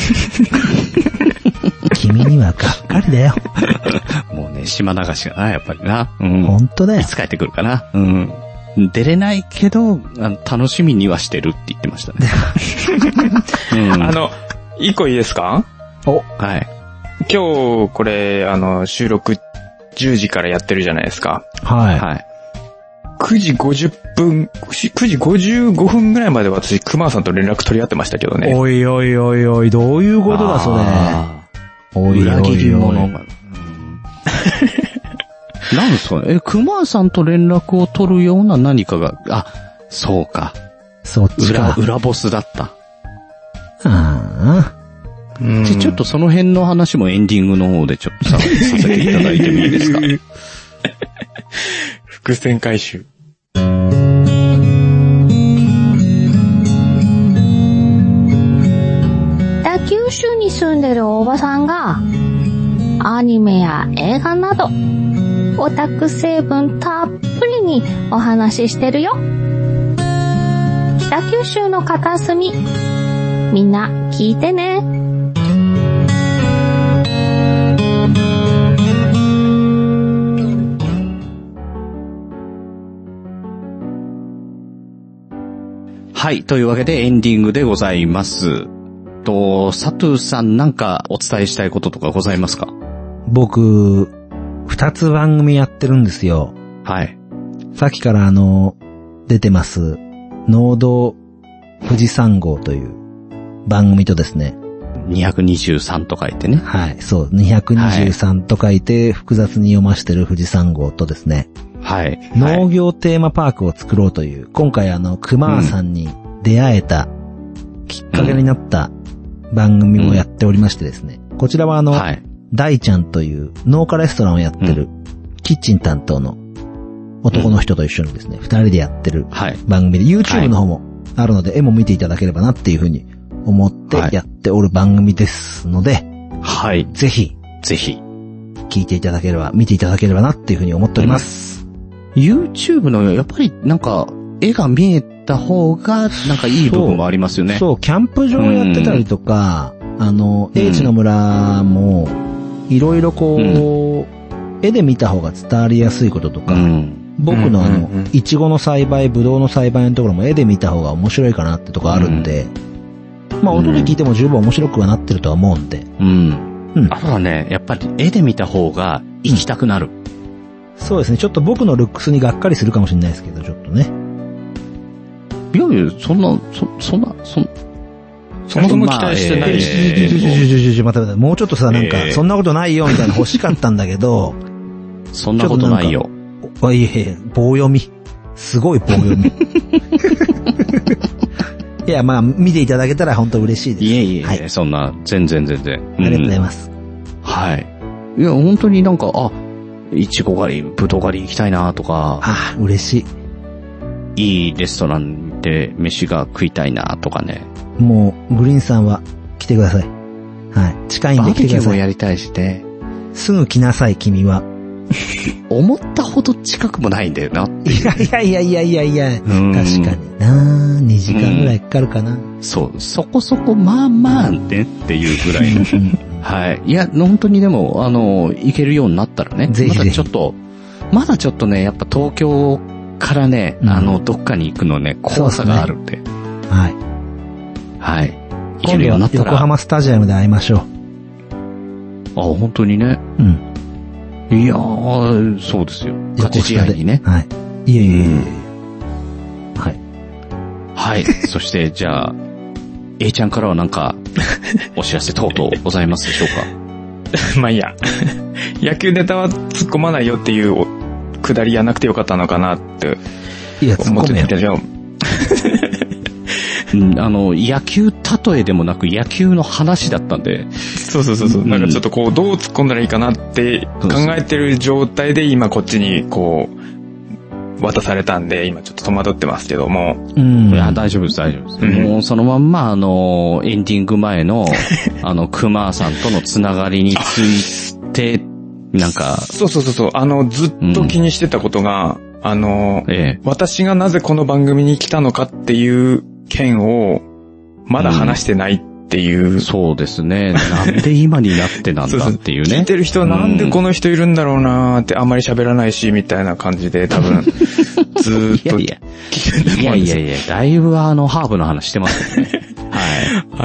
君にはがっかりだよ。 もうね、島流しがな、やっぱりな。 本当だよ。 いつ帰ってくるかな。出れないけど、楽しみにはしてるって言ってましたね。 一個いいですか？ はい。 今日、これ、収録10時からやってるじゃないですか。 はい。 9時50 分、9時55分ぐらいまで私、熊さんと連絡取り合ってましたけどね。 おいおいおいおい、どういうことだ、それ。おいおいおい。 裏切り者が。なんですかね。熊さんと連絡を取るような何かが、そうか。 そっちか。 裏ボスだった。 ああ。 ちょっとその辺の話もエンディングの方でちょっとさせていただいてもいいですか？ 伏線回収。 北九州に住んでるおばさんがアニメや映画などオタク成分たっぷりにお話ししてるよ。北九州の片隅、みんな聞いてね。 はい。というわけでエンディングでございます。佐藤さんなんかお伝えしたいこととかございますか？ 僕、2つ番組やってるんですよ。 はい。 さっきから出てます、農道富士山号という番組とですね。 223と書いてね。 はい、そう、223と書いて複雑に読ましてる富士山号とですね。 はい。 農業テーマパークを作ろうという、今回熊さんに出会えた、きっかけになった番組をやっておりましてですね。こちらは大ちゃんという農家レストランをやってる、キッチン担当の男の人と一緒にですね、2人でやってる番組で、YouTube の方もあるので、絵も見ていただければなっていうふうに思ってやっておる番組ですので、 はい。 ぜひ、聞いていただければ、見ていただければなっていうふうに思っております。 YouTube のやっぱりなんか絵が見えた方がなんかいい部分もありますよね。 そう、キャンプ場やってたりとか、英知の村もいろいろ絵で見た方が伝わりやすいこととか、僕のイチゴの栽培、ブドウの栽培のところも絵で見た方が面白いかなってとこあるんで、まあ音で聞いても十分面白くはなってるとは思うんで。 あとはね、やっぱり絵で見た方が行きたくなる。 そうですね。ちょっと僕のルックスにがっかりするかもしれないですけど、ちょっとね。 いやいや、そもそも期待してないし。 待って、もうちょっとさ、なんか、そんなことないよみたいな欲しかったんだけど、 そんなことないよ。 いえ、棒読み。すごい棒読み。いや、まあ、見ていただけたら本当嬉しいです。 いえ、はい、そんな、全然。 ありがとうございます。 はい。いや、本当になんか、いちご狩り、ぶどう狩り行きたいなとか。 嬉しい。いいレストランで飯が食いたいなとかね。 もう、グリーンさんは来てください。はい。近いんで来てください。 バーベキューもやりたいしね。 すぐ来なさい、君は。 思ったほど近くもないんだよな。 いや、確かにな2時間ぐらいかかるかな。 そう、そこそこまあまあねっていうぐらいの。はい。いや、本当にでも、行けるようになったらね。 ぜひぜひ。 まだちょっとね、やっぱ東京からね、どっかに行くのね、怖さがあるんで。 はい。 はい。 今度は横浜スタジアムで会いましょう。 本当にね。いやー、そうですよ。ガチ試合にね。 はい。いえ。はい。 はい。そして、じゃあ、A ちゃんからはなんか、お知らせ等々ございますでしょうか？まあいいや。野球ネタは突っ込まないよっていうくだりやなくてよかったのかなって思ってたけど。 野球例えでもなく野球の話だったんで。 そう。なんかちょっとどう突っ込んだらいいかなって考えてる状態で今こっちに渡されたんで、今ちょっと戸惑ってますけども。 いや、大丈夫です。もうそのまんまエンディング前の、熊さんとのつながりについて、なんか。 そう。ずっと気にしてたことが、私がなぜこの番組に来たのかっていう件を、まだ話してないっていう。 そうですね。なんで今になってなんだっていうね。 聞いてる人はなんでこの人いるんだろうなーってあんまり喋らないし、みたいな感じで多分、ずーっと聞いてると思うんですよ。 いや、だいぶハーブの話してますよね。 はい。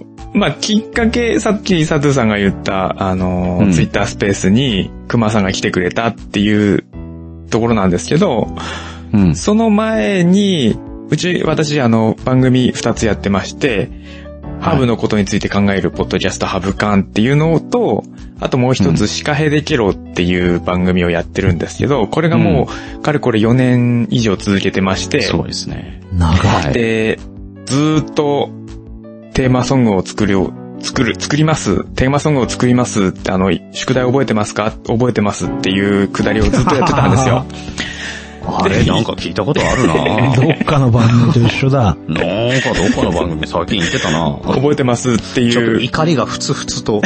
まあ、きっかけ、さっき佐藤さんが言った、ツイッタースペースに熊さんが来てくれたっていうところなんですけど、 うん。 その前に、私、番組2つやってまして、ハブのことについて考えるポッドキャストハブカンっていうのと、あともう一つシカヘデケロっていう番組をやってるんですけど、これがもう、かれこれ4年以上続けてまして、 そうですね。 長い。 で、ずーっとテーマソングを作ります。テーマソングを作りますって、宿題覚えてますか？覚えてますっていうくだりをずっとやってたんですよ。 あれ、なんか聞いたことあるなどっかの番組と一緒だ。 なんかどっかの番組最近言ってたな覚えてますっていう。 ちょっと怒りがふつふつと。 で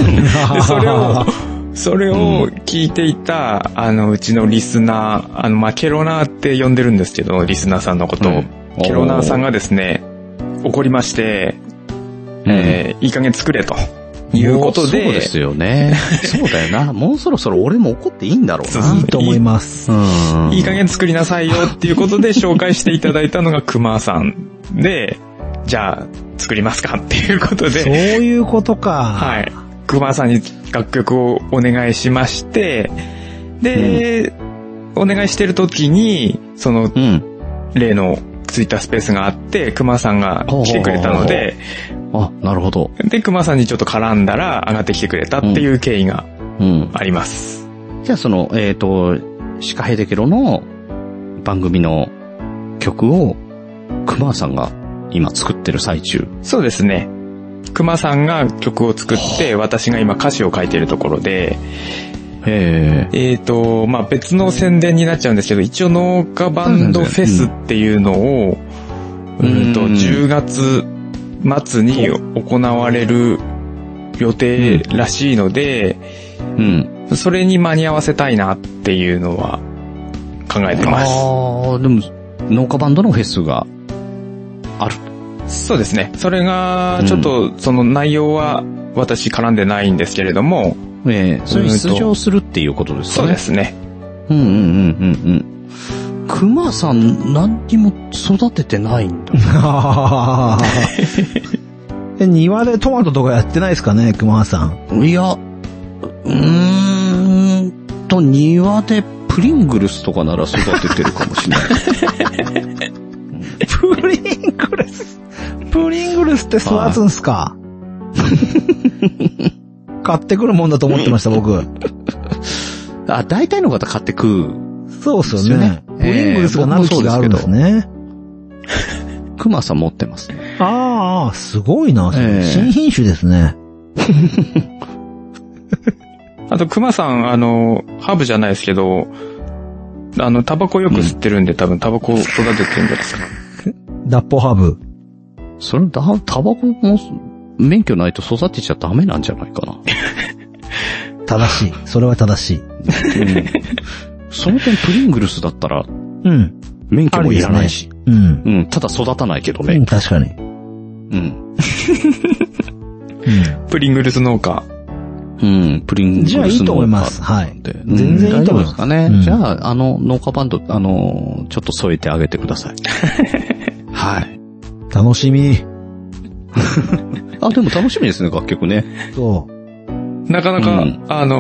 それを聞いていた、うちのリスナー、ケロナーって呼んでるんですけど、リスナーさんのことを。ケロナーさんがですね、怒りまして、いい加減作れと。いうことで。 そうですよね。そうだよな。もうそろそろ俺も怒っていいんだろうな。 いいと思います。 いい加減作りなさいよっていうことで紹介していただいたのが熊さんで、じゃあ作りますかっていうことで。 そういうことか。 はい。熊さんに楽曲をお願いしまして、で、お願いしてる時に、その、例のツイッタースペースがあって、熊さんが来てくれたので、 あ、なるほど。 で、熊さんにちょっと絡んだら上がってきてくれたっていう経緯があります。 じゃあその、シカヘデケロの番組の曲を熊さんが今作ってる最中。 そうですね。熊さんが曲を作って、私が今歌詞を書いているところで、まあ、別の宣伝になっちゃうんですけど、一応農家バンドフェスっていうのを、10月末に行われる予定らしいので、それに間に合わせたいなっていうのは考えてます。 ああ、でも、農家バンドのフェスがある。 そうですね。それが、ちょっと、その内容は私絡んでないんですけれども、 それに出場するっていうことですかね。 そうですね。 熊さん何にも育ててないんだ。 庭でトマトとかやってないですかね、熊さん。 いや、庭でプリングルスとかなら育ててるかもしれない。 プリングルスって育つんすか？買ってくるもんだと思ってました、僕。 あ、大体の方買って食う。 そうっすよね。プリングルスがなる木があるんですね。 熊さん持ってますね。 ああ、すごいな。新品種ですね。 あと、熊さん、ハーブじゃないですけど、タバコよく吸ってるんで、多分タバコ育ててるんじゃないですか。 脱法ハーブ。 それ、タバコも、免許ないと育てちゃダメなんじゃないかな。 正しい。それは正しい。 その点プリングルスだったら、免許もいらないし。ただ育たないけどね。 確かに。 プリングルス農家。 プリングルス農家。 じゃあいいと思います。はい。全然いいと思いますかね。じゃあ、農家バンド、ちょっと添えてあげてください。はい。 楽しみ。 あ、でも楽しみですね、楽曲ね。 そう。 なかなか、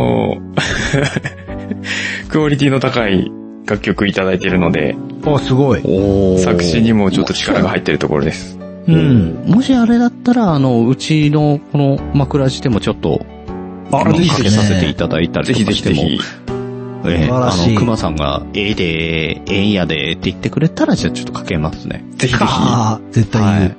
クオリティの高い楽曲いただいているので、 すごい。 作詞にもちょっと力が入っているところです。 もしあれだったら、うちのこの枕地でもちょっと、かけさせていただいたりとかしても、熊さんが、ええんやでって言ってくれたら、じゃあちょっとかけますね。 ぜひぜひ。 絶対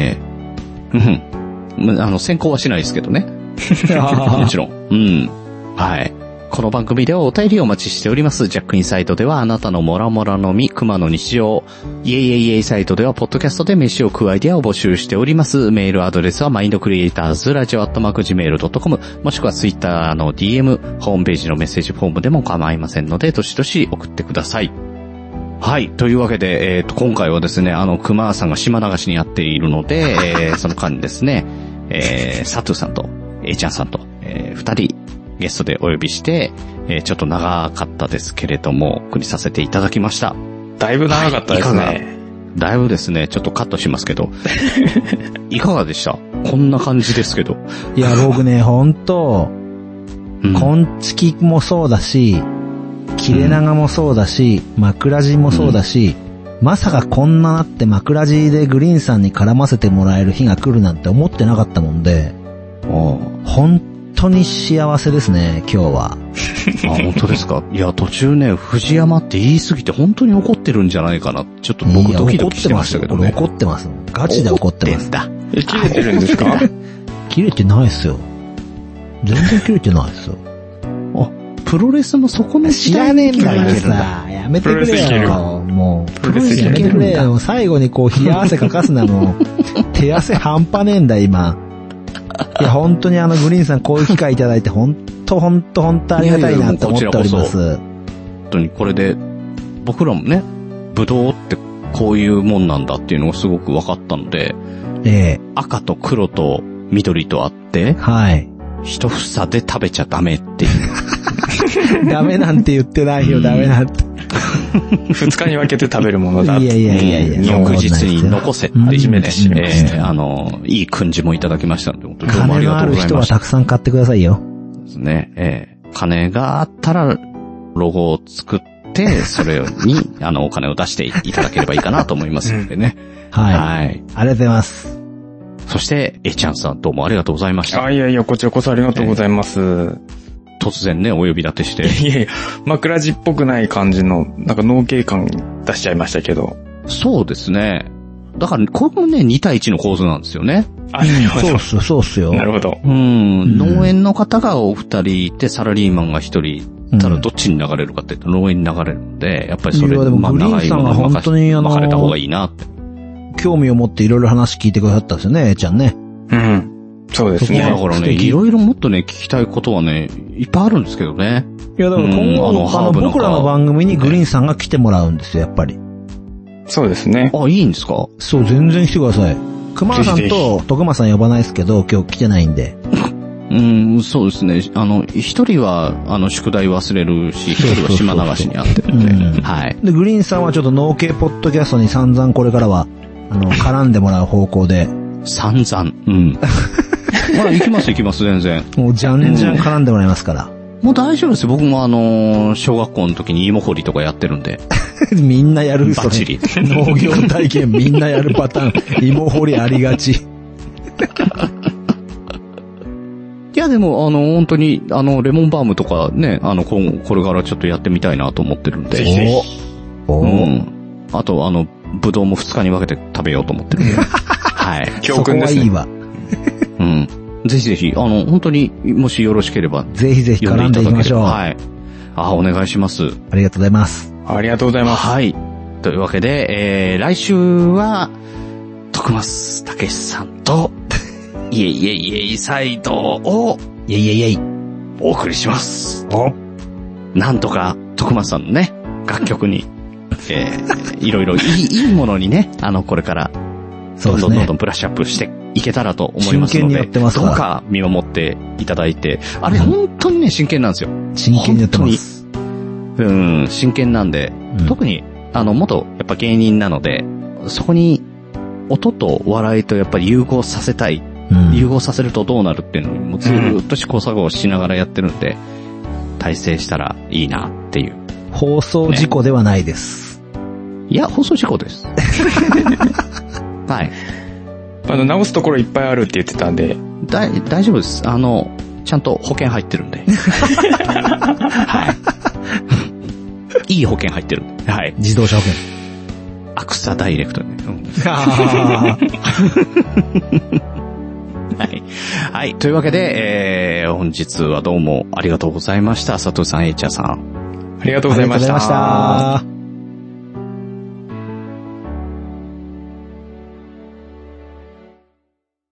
言う。先行はしないですけどね。もちろん。はい。この番組ではお便りをお待ちしております。ジャックインサイトではあなたのモラモラの実、熊の日常。イエイエイエイサイトではポッドキャストで飯を食うアイデアを募集しております。メールアドレスはmindcreatorsradio@gmail.com もしくはツイッターの DM、ホームページのメッセージフォームでも構いませんので、どしどし送ってください。はい。というわけで、今回はですね、熊さんが島流しにやっているので、その間にですね、サトゥさんと、エイちゃんさんと、二人、ゲストでお呼びして、ちょっと長かったですけれども、送りさせていただきました。 だいぶ長かったですね。 だいぶですね、ちょっとカットしますけど。いかがでした？こんな感じですけど。 いや、僕ね、ほんと、こんちきもそうだし、 切れ長もそうだし、枕地もそうだし、まさかこんななって枕地でグリーンさんに絡ませてもらえる日が来るなんて思ってなかったもんで、本当に幸せですね、今日は。 あ、本当ですか。いや、途中ね、藤山って言い過ぎて本当に怒ってるんじゃないかな。ちょっと僕ドキドキしてましたけどね。 怒ってます。ガチで怒ってます。 切れてるんですか？ 切れてないっすよ。全然切れてないっすよ。 あ、プロレスの底の知らねえんだよさ。やめてくれよ。もう、プロレスやめてくれよ。最後にこう、冷や汗かかすなも手汗半端ねえんだ、今。いや、本当にグリーンさんこういう機会いただいて、本当ありがたいなって思っております。 本当にこれで、僕らもね、ブドウってこういうもんなんだっていうのがすごく分かったので、赤と黒と緑とあって、 はい。 一房で食べちゃダメっていう。 ダメなんて言ってないよ、ダメなんて。 二日に分けて食べるものだ。 いや。 翌日に残せっていうね、いい訓示もいただきましたので、本当にどうもありがとうございました。金のある人はたくさん買ってくださいよ。 ですね。金があったら、ロゴを作って、それに、お金を出していただければいいかなと思いますのでね。 はい。ありがとうございます。 そして、Aちゃんさんどうもありがとうございました。 いや、こちらこそありがとうございます。 突然ね、お呼び立てして。 いや、枕地っぽくない感じの、なんか農系感出しちゃいましたけど。 そうですね。だから、これもね、2対1の構図なんですよね。 そうっすよ。 なるほど。 農園の方がお二人いて、サラリーマンが一人、ただどっちに流れるかって言うと、農園に流れるので、やっぱりそれで長いものを巻かれた方がいいなって。 興味を持っていろいろ話聞いてくださったんですよね、Aちゃんね。 そうですね。 だからね、いろいろもっとね、聞きたいことはね、いっぱいあるんですけどね。 いや、だから今後、僕らの番組にグリーンさんが来てもらうんですよ、やっぱり。 そうですね。 あ、いいんですか？ そう、全然来てください。熊さんと徳間さん呼ばないですけど、今日来てないんで。 そうですね。一人は、宿題忘れるし、一人は島流しに会ってるんで。はい。 で、グリーンさんはちょっと農系ポッドキャストに散々これからは、絡んでもらう方向で。 散々。まあ、行きます、全然。 もう、じゃん絡んでもらいますから。 もう大丈夫ですよ。僕も小学校の時に芋掘りとかやってるんで。 みんなやる、 バッチリ。 農業体験みんなやるパターン。芋掘りありがち。 いや、でも、本当に、レモンバームとかね、これからちょっとやってみたいなと思ってるんで。 ぜひぜひ。 あと、ぶどうも2日に分けて食べようと思ってるんで。はい。 教訓ですね。 そこはいいわ。 ぜひぜひ、本当に、もしよろしければ。 ぜひぜひ絡んでいきましょう。 はい。お願いします。 ありがとうございます。 ありがとうございます。 はい。というわけで、来週は、徳松たけしさんと、イエイサイドを、お送りします。なんとか、徳松さんのね、楽曲に、いろいろいいものにね、これから、どんどんブラッシュアップしていけたらと思いますので、どうか見守っていただいて、あれ本当にね、真剣なんですよ。 真剣にやってます。 真剣なんで、特に、元、やっぱ芸人なので、そこに、音と笑いとやっぱり融合させたい。融合させるとどうなるっていうのに、もうずっと試行錯誤しながらやってるんで、大成したらいいなっていう。 放送事故ではないです。 いや、放送事故です。はい。 直すところいっぱいあるって言ってたんで。 大丈夫です。ちゃんと保険入ってるんで。はい。いい保険入ってる。はい。 自動車保険。 アクサダイレクトね。はい。はい。というわけで、本日はどうもありがとうございました。佐藤さん、エイチャーさん。 ありがとうございました。